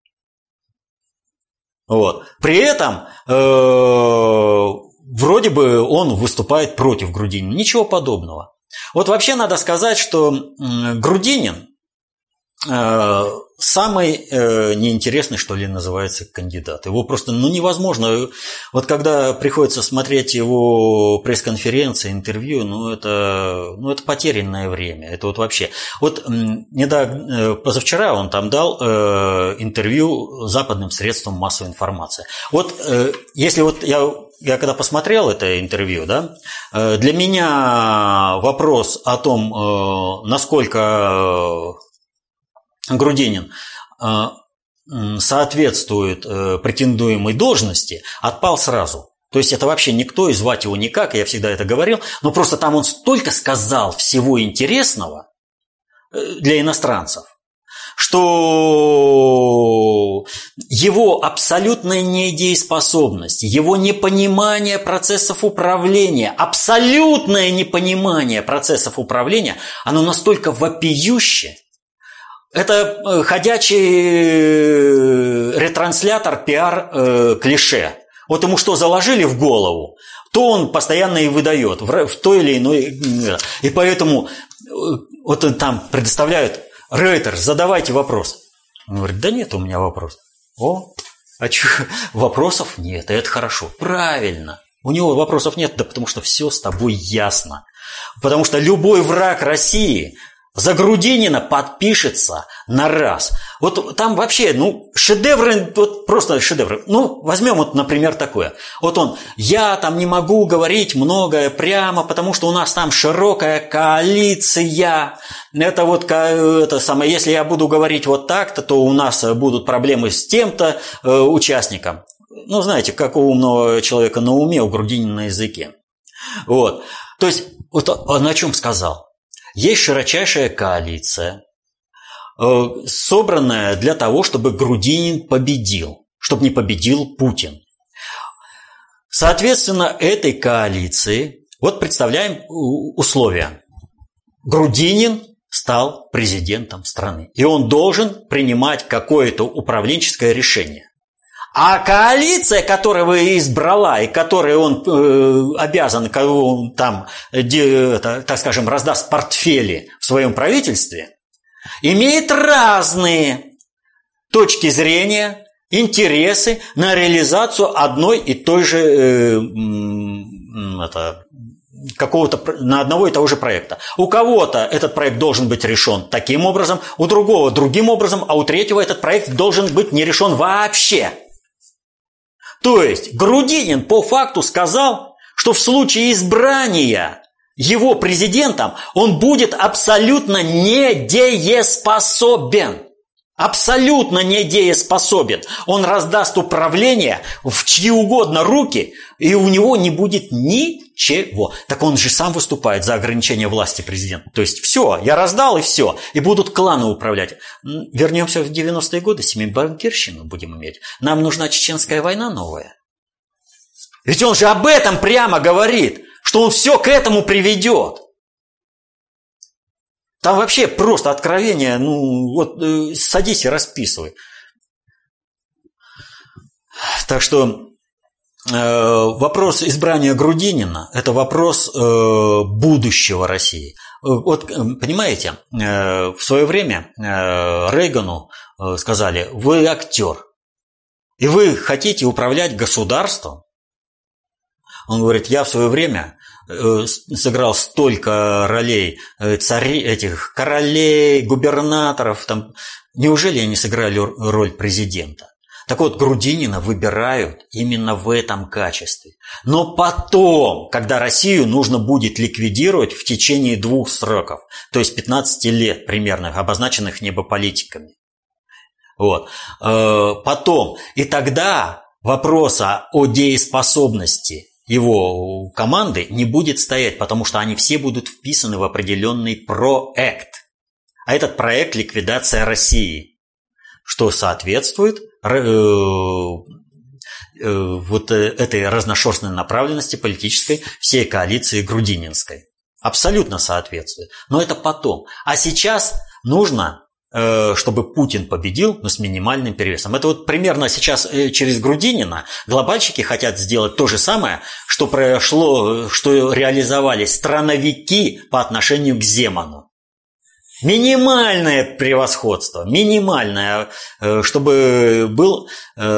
Вот. При этом э, вроде бы он выступает против Грудинина. Ничего подобного. Вот вообще надо сказать, что э, Грудинин э, самый э, неинтересный, что ли, называется кандидат. Его просто ну, невозможно. Вот когда приходится смотреть его пресс-конференции, интервью, ну это, ну это потерянное время. Это вот вообще. Вот недавно, позавчера он там дал э, интервью западным средствам массовой информации. Вот э, если вот я, я когда посмотрел это интервью, да, э, для меня вопрос о том, э, насколько Грудинин соответствует претендуемой должности, отпал сразу. То есть это вообще никто, и звать его никак, я всегда это говорил, но просто там он столько сказал всего интересного для иностранцев, что его абсолютная недееспособность, его непонимание процессов управления, абсолютное непонимание процессов управления, оно настолько вопиюще. Это ходячий ретранслятор пиар-клише. Вот ему что заложили в голову, то он постоянно и выдает в той или иной... И поэтому вот там предоставляют: Рейтер, задавайте вопрос. Он говорит: да нет у меня вопросов. О, а что? Вопросов нет, и это хорошо. Правильно. У него вопросов нет, да потому что все с тобой ясно. Потому что любой враг России за Грудинина подпишется на раз. Вот там вообще, ну, шедевры, вот просто шедевры. Ну, возьмем вот, например, такое. Вот он, я там не могу говорить многое прямо, потому что у нас там широкая коалиция. Это вот, это самое, если я буду говорить вот так-то, то у нас будут проблемы с тем-то э, участником. Ну, знаете, как у умного человека на уме, у Грудинина на языке. Вот. То есть, вот он о чем сказал? Есть широчайшая коалиция, собранная для того, чтобы Грудинин победил, чтобы не победил Путин. Соответственно, этой коалиции, вот представляем условия. Грудинин стал президентом страны, и он должен принимать какое-то управленческое решение. А коалиция, которую вы избрала, и которой он э, обязан, кого он там, де, это, так скажем, раздаст портфели в своем правительстве, имеет разные точки зрения, интересы на реализацию одной и той же э, это, какого-то на одного и того же проекта. У кого-то этот проект должен быть решен таким образом, у другого другим образом, а у третьего этот проект должен быть не решен вообще. То есть Грудинин по факту сказал, что в случае избрания его президентом он будет абсолютно недееспособен. Абсолютно недееспособен. Он раздаст управление в чьи угодно руки, и у него не будет ничего. Так он же сам выступает за ограничение власти президента. То есть все, я раздал и все. И будут кланы управлять. Вернемся в девяностые годы, семибанкирщину будем иметь. Нам нужна чеченская война новая. Ведь он же об этом прямо говорит, что он все к этому приведет. Там вообще просто откровение, ну вот э, садись и расписывай. Так что э, вопрос избрания Грудинина – это вопрос э, будущего России. Вот понимаете, э, в свое время э, Рейгану э, сказали: вы актер, и вы хотите управлять государством. Он говорит: я в свое время сыграл столько ролей царей, этих королей, губернаторов. Там. Неужели они сыграли роль президента? Так вот, Грудинина выбирают именно в этом качестве. Но потом, когда Россию нужно будет ликвидировать в течение двух сроков, то есть пятнадцати лет примерно, обозначенных небополитиками. Вот. Потом. И тогда вопроса о дееспособности его команды не будет стоять, потому что они все будут вписаны в определенный проект. А этот проект – ликвидация России, что соответствует э, э, вот этой разношерстной направленности политической всей коалиции грудининской. Абсолютно соответствует. Но это потом. А сейчас нужно, чтобы Путин победил, но с минимальным перевесом. Это вот примерно сейчас через Грудинина глобальщики хотят сделать то же самое, что прошло, что реализовали страновики по отношению к Земану. Минимальное превосходство, минимальное, чтобы был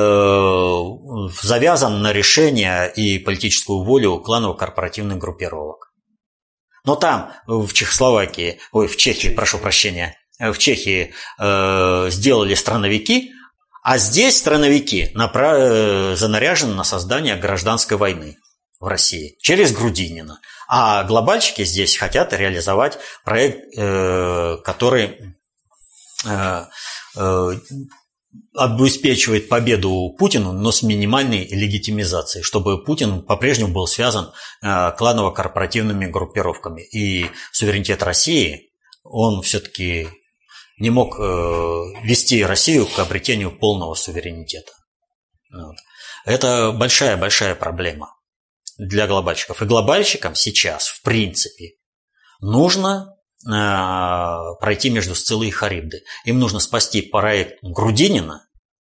завязан на решение и политическую волю кланово-корпоративных группировок. Но там, в Чехословакии, ой, в Чехии, прошу прощения, в Чехии э, сделали страновики, а здесь страновики направ... занаряжены на создание гражданской войны в России через Грудинина. А глобальщики здесь хотят реализовать проект, э, который э, э, обеспечивает победу Путину, но с минимальной легитимизацией, чтобы Путин по-прежнему был связан э, кланово-корпоративными группировками. И суверенитет России, он все-таки не мог э, вести Россию к обретению полного суверенитета. Вот. Это большая-большая проблема для глобальщиков. И глобальщикам сейчас, в принципе, нужно э, пройти между Сциллой и Харибдой. Им нужно спасти проект Грудинина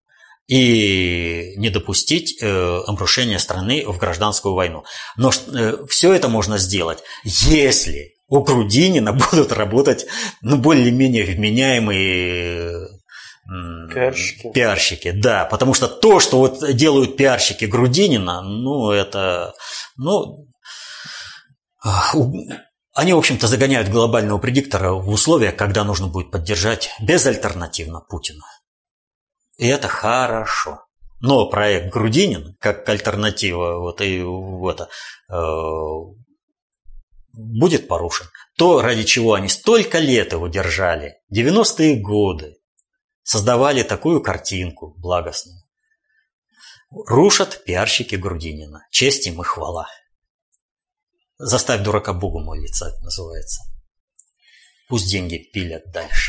и не допустить э, обрушения страны в гражданскую войну. Но э, все это можно сделать, если у Грудинина будут работать ну, более-менее вменяемые Пиарщики. Пиарщики, да. Потому что то, что вот делают пиарщики Грудинина, ну, это... Ну, они, в общем-то, загоняют глобального предиктора в условиях, когда нужно будет поддержать безальтернативно Путина. И это хорошо. Но проект Грудинин, как альтернатива, вот, и, вот, э, будет порушен. То, ради чего они столько лет его держали, девяностые годы, создавали такую картинку благостную. Рушат пиарщики Грудинина. Честь им и хвала. «Заставь дурака Богу молиться» это называется. Пусть деньги пилят дальше.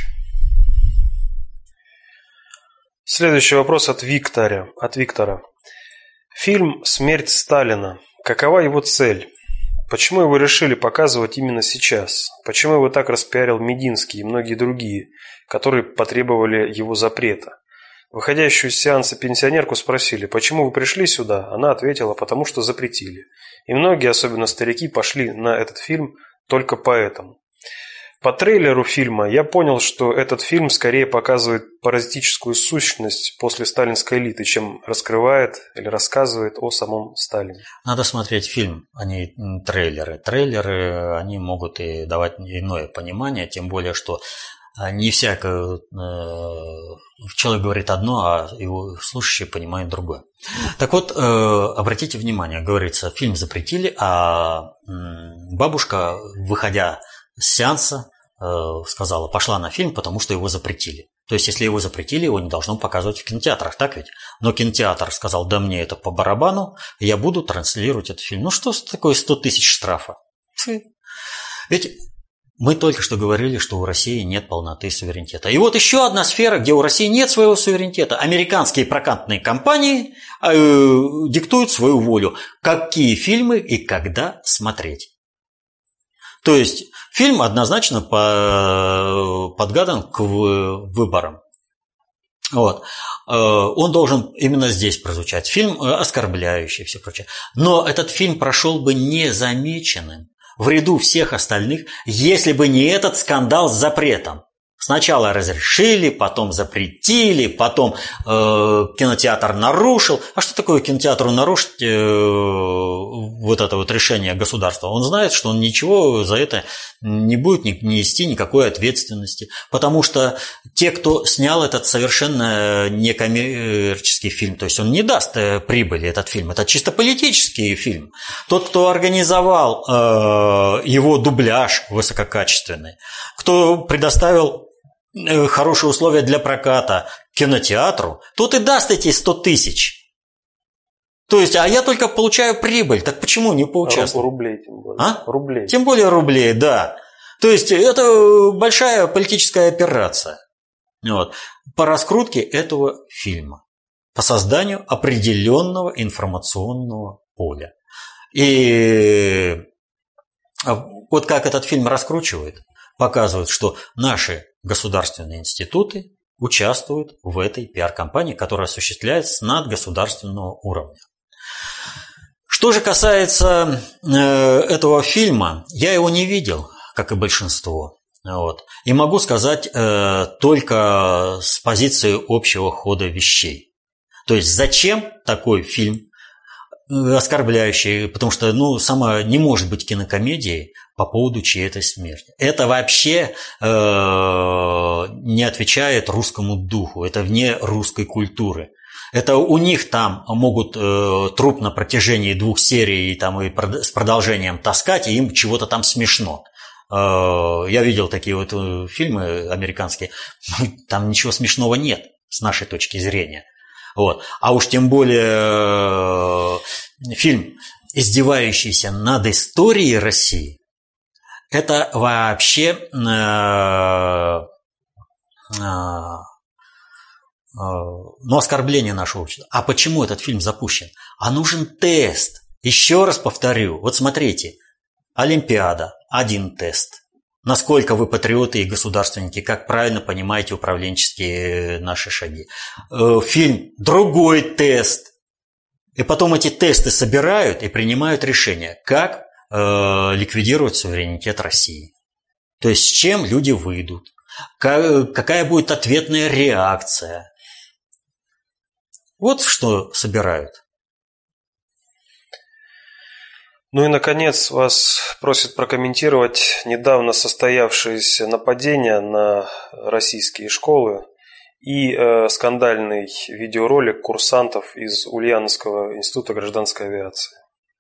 Следующий вопрос от Виктора. От Виктора. Фильм «Смерть Сталина». Какова его цель? Почему его решили показывать именно сейчас? Почему его так распиарил Мединский и многие другие, которые потребовали его запрета? Выходящую из сеанса пенсионерку спросили, почему вы пришли сюда? Она ответила, потому что запретили. И многие, особенно старики, пошли на этот фильм только поэтому. По трейлеру фильма я понял, что этот фильм скорее показывает паразитическую сущность после сталинской элиты, чем раскрывает или рассказывает о самом Сталине. Надо смотреть фильм, а не трейлеры. Трейлеры, они могут и давать иное понимание, тем более, что не всякое... Человек говорит одно, а его слушающие понимают другое. Так вот, обратите внимание, говорится, фильм запретили, а бабушка, выходя с сеанса, сказала, пошла на фильм, потому что его запретили. То есть, если его запретили, его не должно показывать в кинотеатрах, так ведь? Но кинотеатр сказал, да мне это по барабану, я буду транслировать этот фильм. Ну что такое сто тысяч штрафа? Ведь мы только что говорили, что у России нет полноты суверенитета. И вот еще одна сфера, где у России нет своего суверенитета. Американские прокатные компании э, диктуют свою волю, какие фильмы и когда смотреть. То есть фильм однозначно по, подгадан к выборам. Вот. Он должен именно здесь прозвучать. Фильм оскорбляющий и все прочее. Но этот фильм прошел бы незамеченным в ряду всех остальных, если бы не этот скандал с запретом. Сначала разрешили, потом запретили, потом э, кинотеатр нарушил. А что такое кинотеатру нарушить э, вот это вот решение государства? Он знает, что он ничего за это не будет нести никакой ответственности. Потому что те, кто снял этот совершенно некоммерческий фильм, то есть он не даст прибыли, этот фильм, это чисто политический фильм. Тот, кто организовал э, его дубляж высококачественный, кто предоставил хорошие условия для проката кинотеатру, тот и даст эти сто тысяч. То есть, а я только получаю прибыль, так почему не поучаствовать? Рублей, тем более. А? Рублей. Тем более рублей, да. То есть, это большая политическая операция. Вот. По раскрутке этого фильма. По созданию определенного информационного поля. И вот как этот фильм раскручивает, показывает, что наши государственные институты участвуют в этой пиар-кампании, которая осуществляется с надгосударственного уровня. Что же касается э, этого фильма, я его не видел, как и большинство. Вот. И могу сказать э, только с позиции общего хода вещей. То есть зачем такой фильм оскорбляющий, потому что ну, сама не может быть кинокомедией по поводу чьей-то смерти. Это вообще э, не отвечает русскому духу, это вне русской культуры. Это у них там могут э, труп на протяжении двух серий там, и прод- с продолжением таскать, и им чего-то там смешно. Э, я видел такие вот фильмы американские, там ничего смешного нет с нашей точки зрения. Вот. А уж тем более э, фильм, издевающийся над историей России, это вообще э, э, э, ну, оскорбление нашего общества. А почему этот фильм запущен? А нужен тест. Еще раз повторю. Вот смотрите. Олимпиада. Один тест. Насколько вы патриоты и государственники, как правильно понимаете управленческие наши шаги. Фильм «Другой тест». И потом эти тесты собирают и принимают решение, как э, ликвидировать суверенитет России. То есть с чем люди выйдут. какая будет ответная реакция. Вот что собирают. Ну и, наконец, вас просят прокомментировать недавно состоявшееся нападение на российские школы и э, скандальный видеоролик курсантов из Ульяновского института гражданской авиации.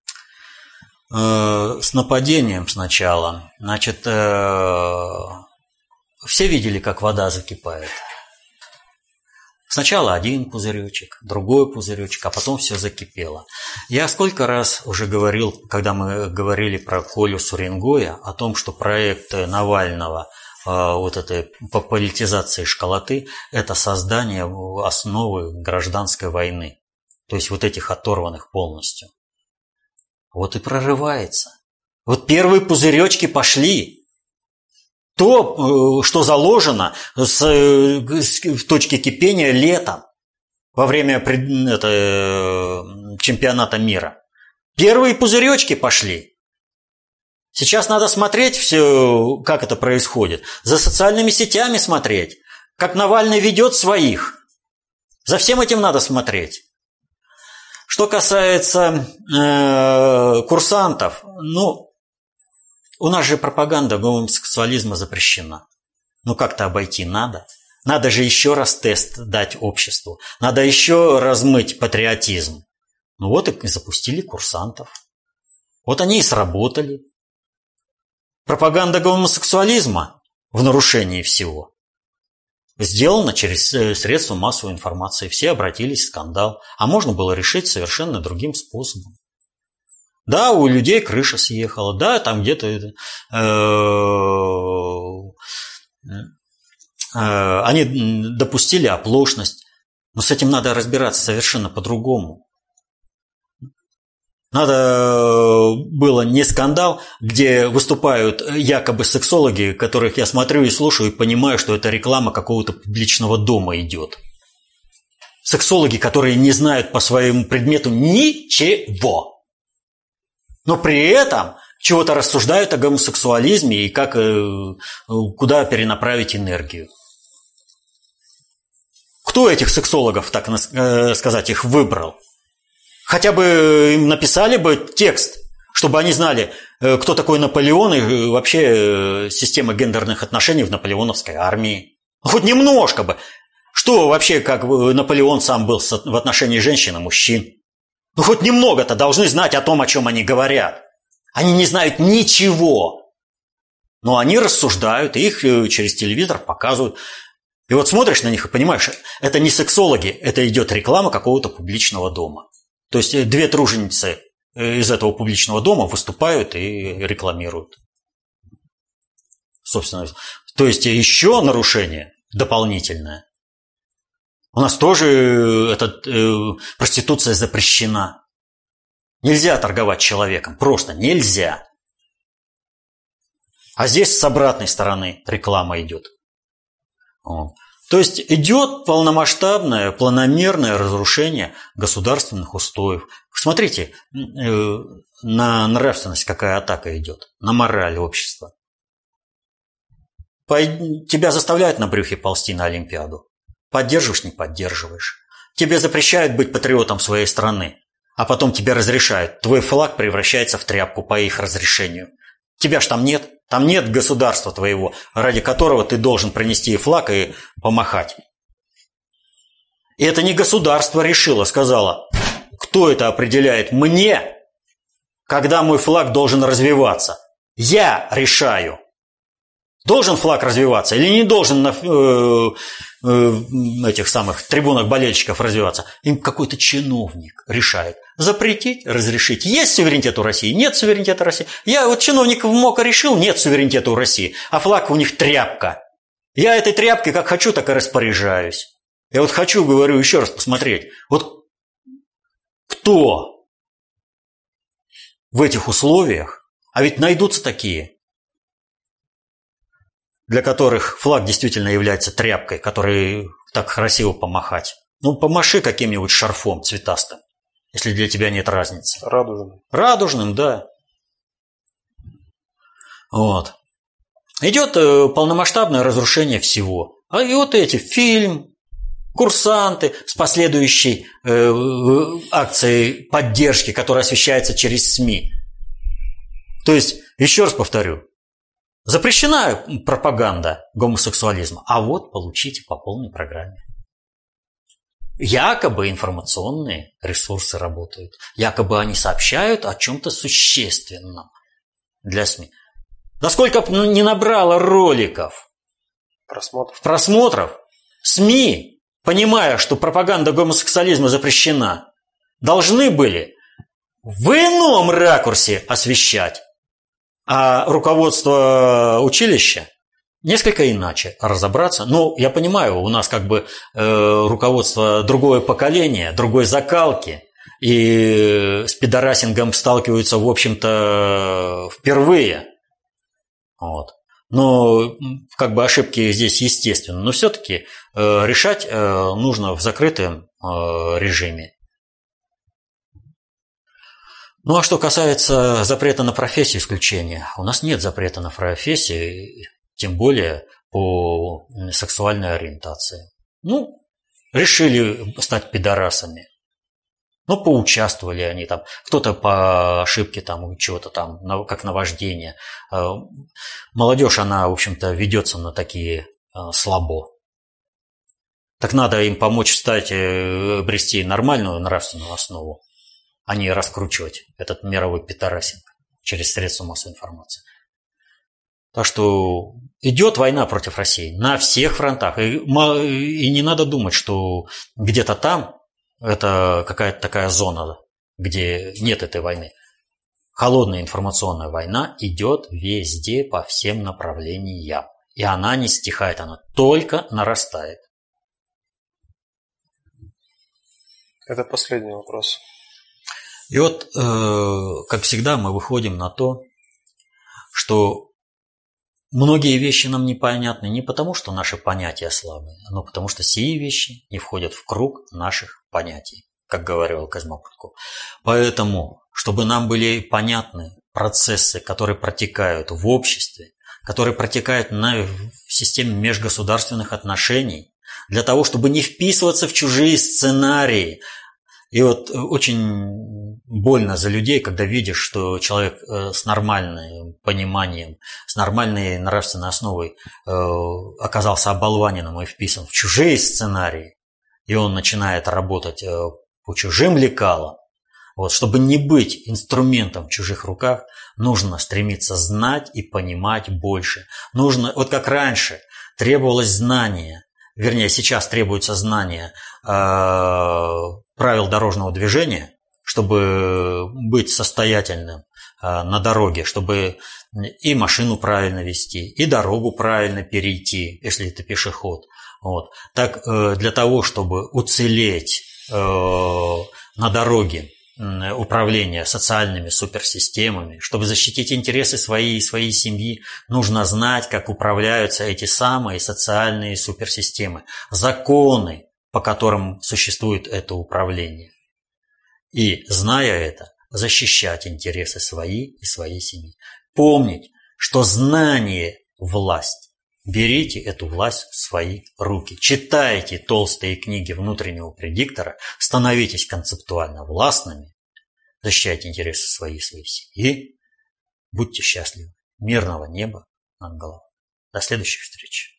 Э, с нападением сначала. Значит, э, все видели, как вода закипает. Сначала один пузыречек, другой пузыречек, а потом все закипело. Я сколько раз уже говорил, когда мы говорили про Колю Суренгоя, о том, что проект Навального, вот этой по политизации школоты, это создание основы гражданской войны. То есть вот этих оторванных полностью. Вот и прорывается. Вот первые пузыречки пошли. То, что заложено с, в точке кипения летом, во время это, чемпионата мира. Первые пузыречки пошли. Сейчас надо смотреть все, как это происходит. За социальными сетями смотреть. Как Навальный ведет своих. За всем этим надо смотреть. Что касается э, курсантов, ну... У нас же пропаганда гомосексуализма запрещена. Ну как-то обойти надо. Надо же еще раз тест дать обществу. Надо еще размыть патриотизм. Ну вот и запустили курсантов. Вот они и сработали. Пропаганда гомосексуализма в нарушении всего сделана через средства массовой информации. Все обратились в скандал. А можно было решить совершенно другим способом. Да, у людей крыша съехала, да, там где-то э, э, они допустили оплошность, но с этим надо разбираться совершенно по-другому. Надо было не скандал, где выступают якобы сексологи, которых я смотрю и слушаю и понимаю, что это реклама какого-то публичного дома идет. Сексологи, которые не знают по своему предмету ничего. Но при этом чего-то рассуждают о гомосексуализме и как, куда перенаправить энергию. Кто этих сексологов, так сказать, их выбрал? Хотя бы им написали бы текст, чтобы они знали, кто такой Наполеон и вообще система гендерных отношений в наполеоновской армии. Хоть немножко бы. Что вообще, как Наполеон сам был в отношении женщин и мужчин. Ну, хоть немного-то должны знать о том, о чем они говорят. Они не знают ничего. Но они рассуждают, и их через телевизор показывают. И вот смотришь на них и понимаешь, это не сексологи, это идет реклама какого-то публичного дома. То есть две труженицы из этого публичного дома выступают и рекламируют. Собственно, то есть еще нарушение дополнительное. У нас тоже эта э, проституция запрещена. Нельзя торговать человеком, просто нельзя. А здесь с обратной стороны реклама идет. Вот. То есть идет полномасштабное, планомерное разрушение государственных устоев. Смотрите, э, на нравственность какая атака идет, на мораль общества. Тебя заставляют на брюхе ползти на Олимпиаду. Поддерживаешь, не поддерживаешь. Тебе запрещают быть патриотом своей страны, а потом тебе разрешают. Твой флаг превращается в тряпку по их разрешению. Тебя ж там нет. Там нет государства твоего, ради которого ты должен принести флаг и помахать. И это не государство решило, сказала, кто это определяет мне, когда мой флаг должен развиваться. Я решаю. Должен флаг развиваться или не должен на э, э, этих самых трибунах болельщиков развиваться? Им какой-то чиновник решает. Запретить, разрешить. Есть суверенитет у России? Нет суверенитета России. Я вот чиновник в МОКа решил, нет суверенитета у России. А флаг у них тряпка. Я этой тряпкой как хочу, так и распоряжаюсь. Я вот хочу, говорю, еще раз посмотреть. Вот кто в этих условиях, а ведь найдутся такие, для которых флаг действительно является тряпкой, которой так красиво помахать. Ну, помаши каким-нибудь шарфом цветастым, если для тебя нет разницы. Радужным. Радужным, да. Вот. идет полномасштабное разрушение всего. А и вот эти фильм, курсанты с последующей э, акцией поддержки, которая освещается через СМИ. То есть, еще раз повторю, запрещена пропаганда гомосексуализма, а вот получите по полной программе. Якобы информационные ресурсы работают, якобы они сообщают о чем-то существенном для СМИ. Да сколько бы не набрало роликов, Просмотров. просмотров, СМИ, понимая, что пропаганда гомосексуализма запрещена, должны были в ином ракурсе освещать, а руководство училища несколько иначе разобраться. Ну, я понимаю, у нас как бы э, руководство другое поколение, другой закалки, и с пидорасингом сталкиваются, в общем-то, впервые. Вот. Но как бы ошибки здесь естественны. Но все-таки э, решать э, нужно в закрытом э, режиме. Ну, а что касается запрета на профессию исключения, у нас нет запрета на профессию, тем более по сексуальной ориентации. Ну, решили стать пидорасами. Ну, поучаствовали они там. Кто-то по ошибке там чего-то там, как наваждение. Молодежь, она, в общем-то, ведется на такие слабо. Так надо им помочь встать, обрести нормальную нравственную основу, а не раскручивать этот мировой пидорасинг через средства массовой информации. Так что идет война против России на всех фронтах. И, и не надо думать, что где-то там это какая-то такая зона, где нет этой войны. Холодная информационная война идет везде, по всем направлениям. И она не стихает, она только нарастает. Это последний вопрос. И вот, э, как всегда, мы выходим на то, что многие вещи нам непонятны не потому, что наши понятия слабые, но потому, что сии вещи не входят в круг наших понятий, как говорил Козьма Прутков. Поэтому, чтобы нам были понятны процессы, которые протекают в обществе, которые протекают на, в системе межгосударственных отношений, для того, чтобы не вписываться в чужие сценарии. И вот очень больно за людей, когда видишь, что человек с нормальным пониманием, с нормальной нравственной основой оказался оболваненным и вписан в чужие сценарии, и он начинает работать по чужим лекалам. Вот, чтобы не быть инструментом в чужих руках, нужно стремиться знать и понимать больше. Нужно, вот как раньше требовалось знание, вернее, сейчас требуется знание э, правил дорожного движения, чтобы быть состоятельным э, на дороге, чтобы и машину правильно вести, и дорогу правильно перейти, если это пешеход. Вот. Так э, для того, чтобы уцелеть э, на дороге, управления социальными суперсистемами, чтобы защитить интересы своей и своей семьи, нужно знать, как управляются эти самые социальные суперсистемы, законы, по которым существует это управление. И, зная это, защищать интересы свои и своей семьи. Помнить, что знание – власть. Берите эту власть в свои руки. Читайте толстые книги внутреннего предиктора, становитесь концептуально властными, защищайте интересы своей и своей семьи. Будьте счастливы. Мирного неба над головой. До следующих встреч.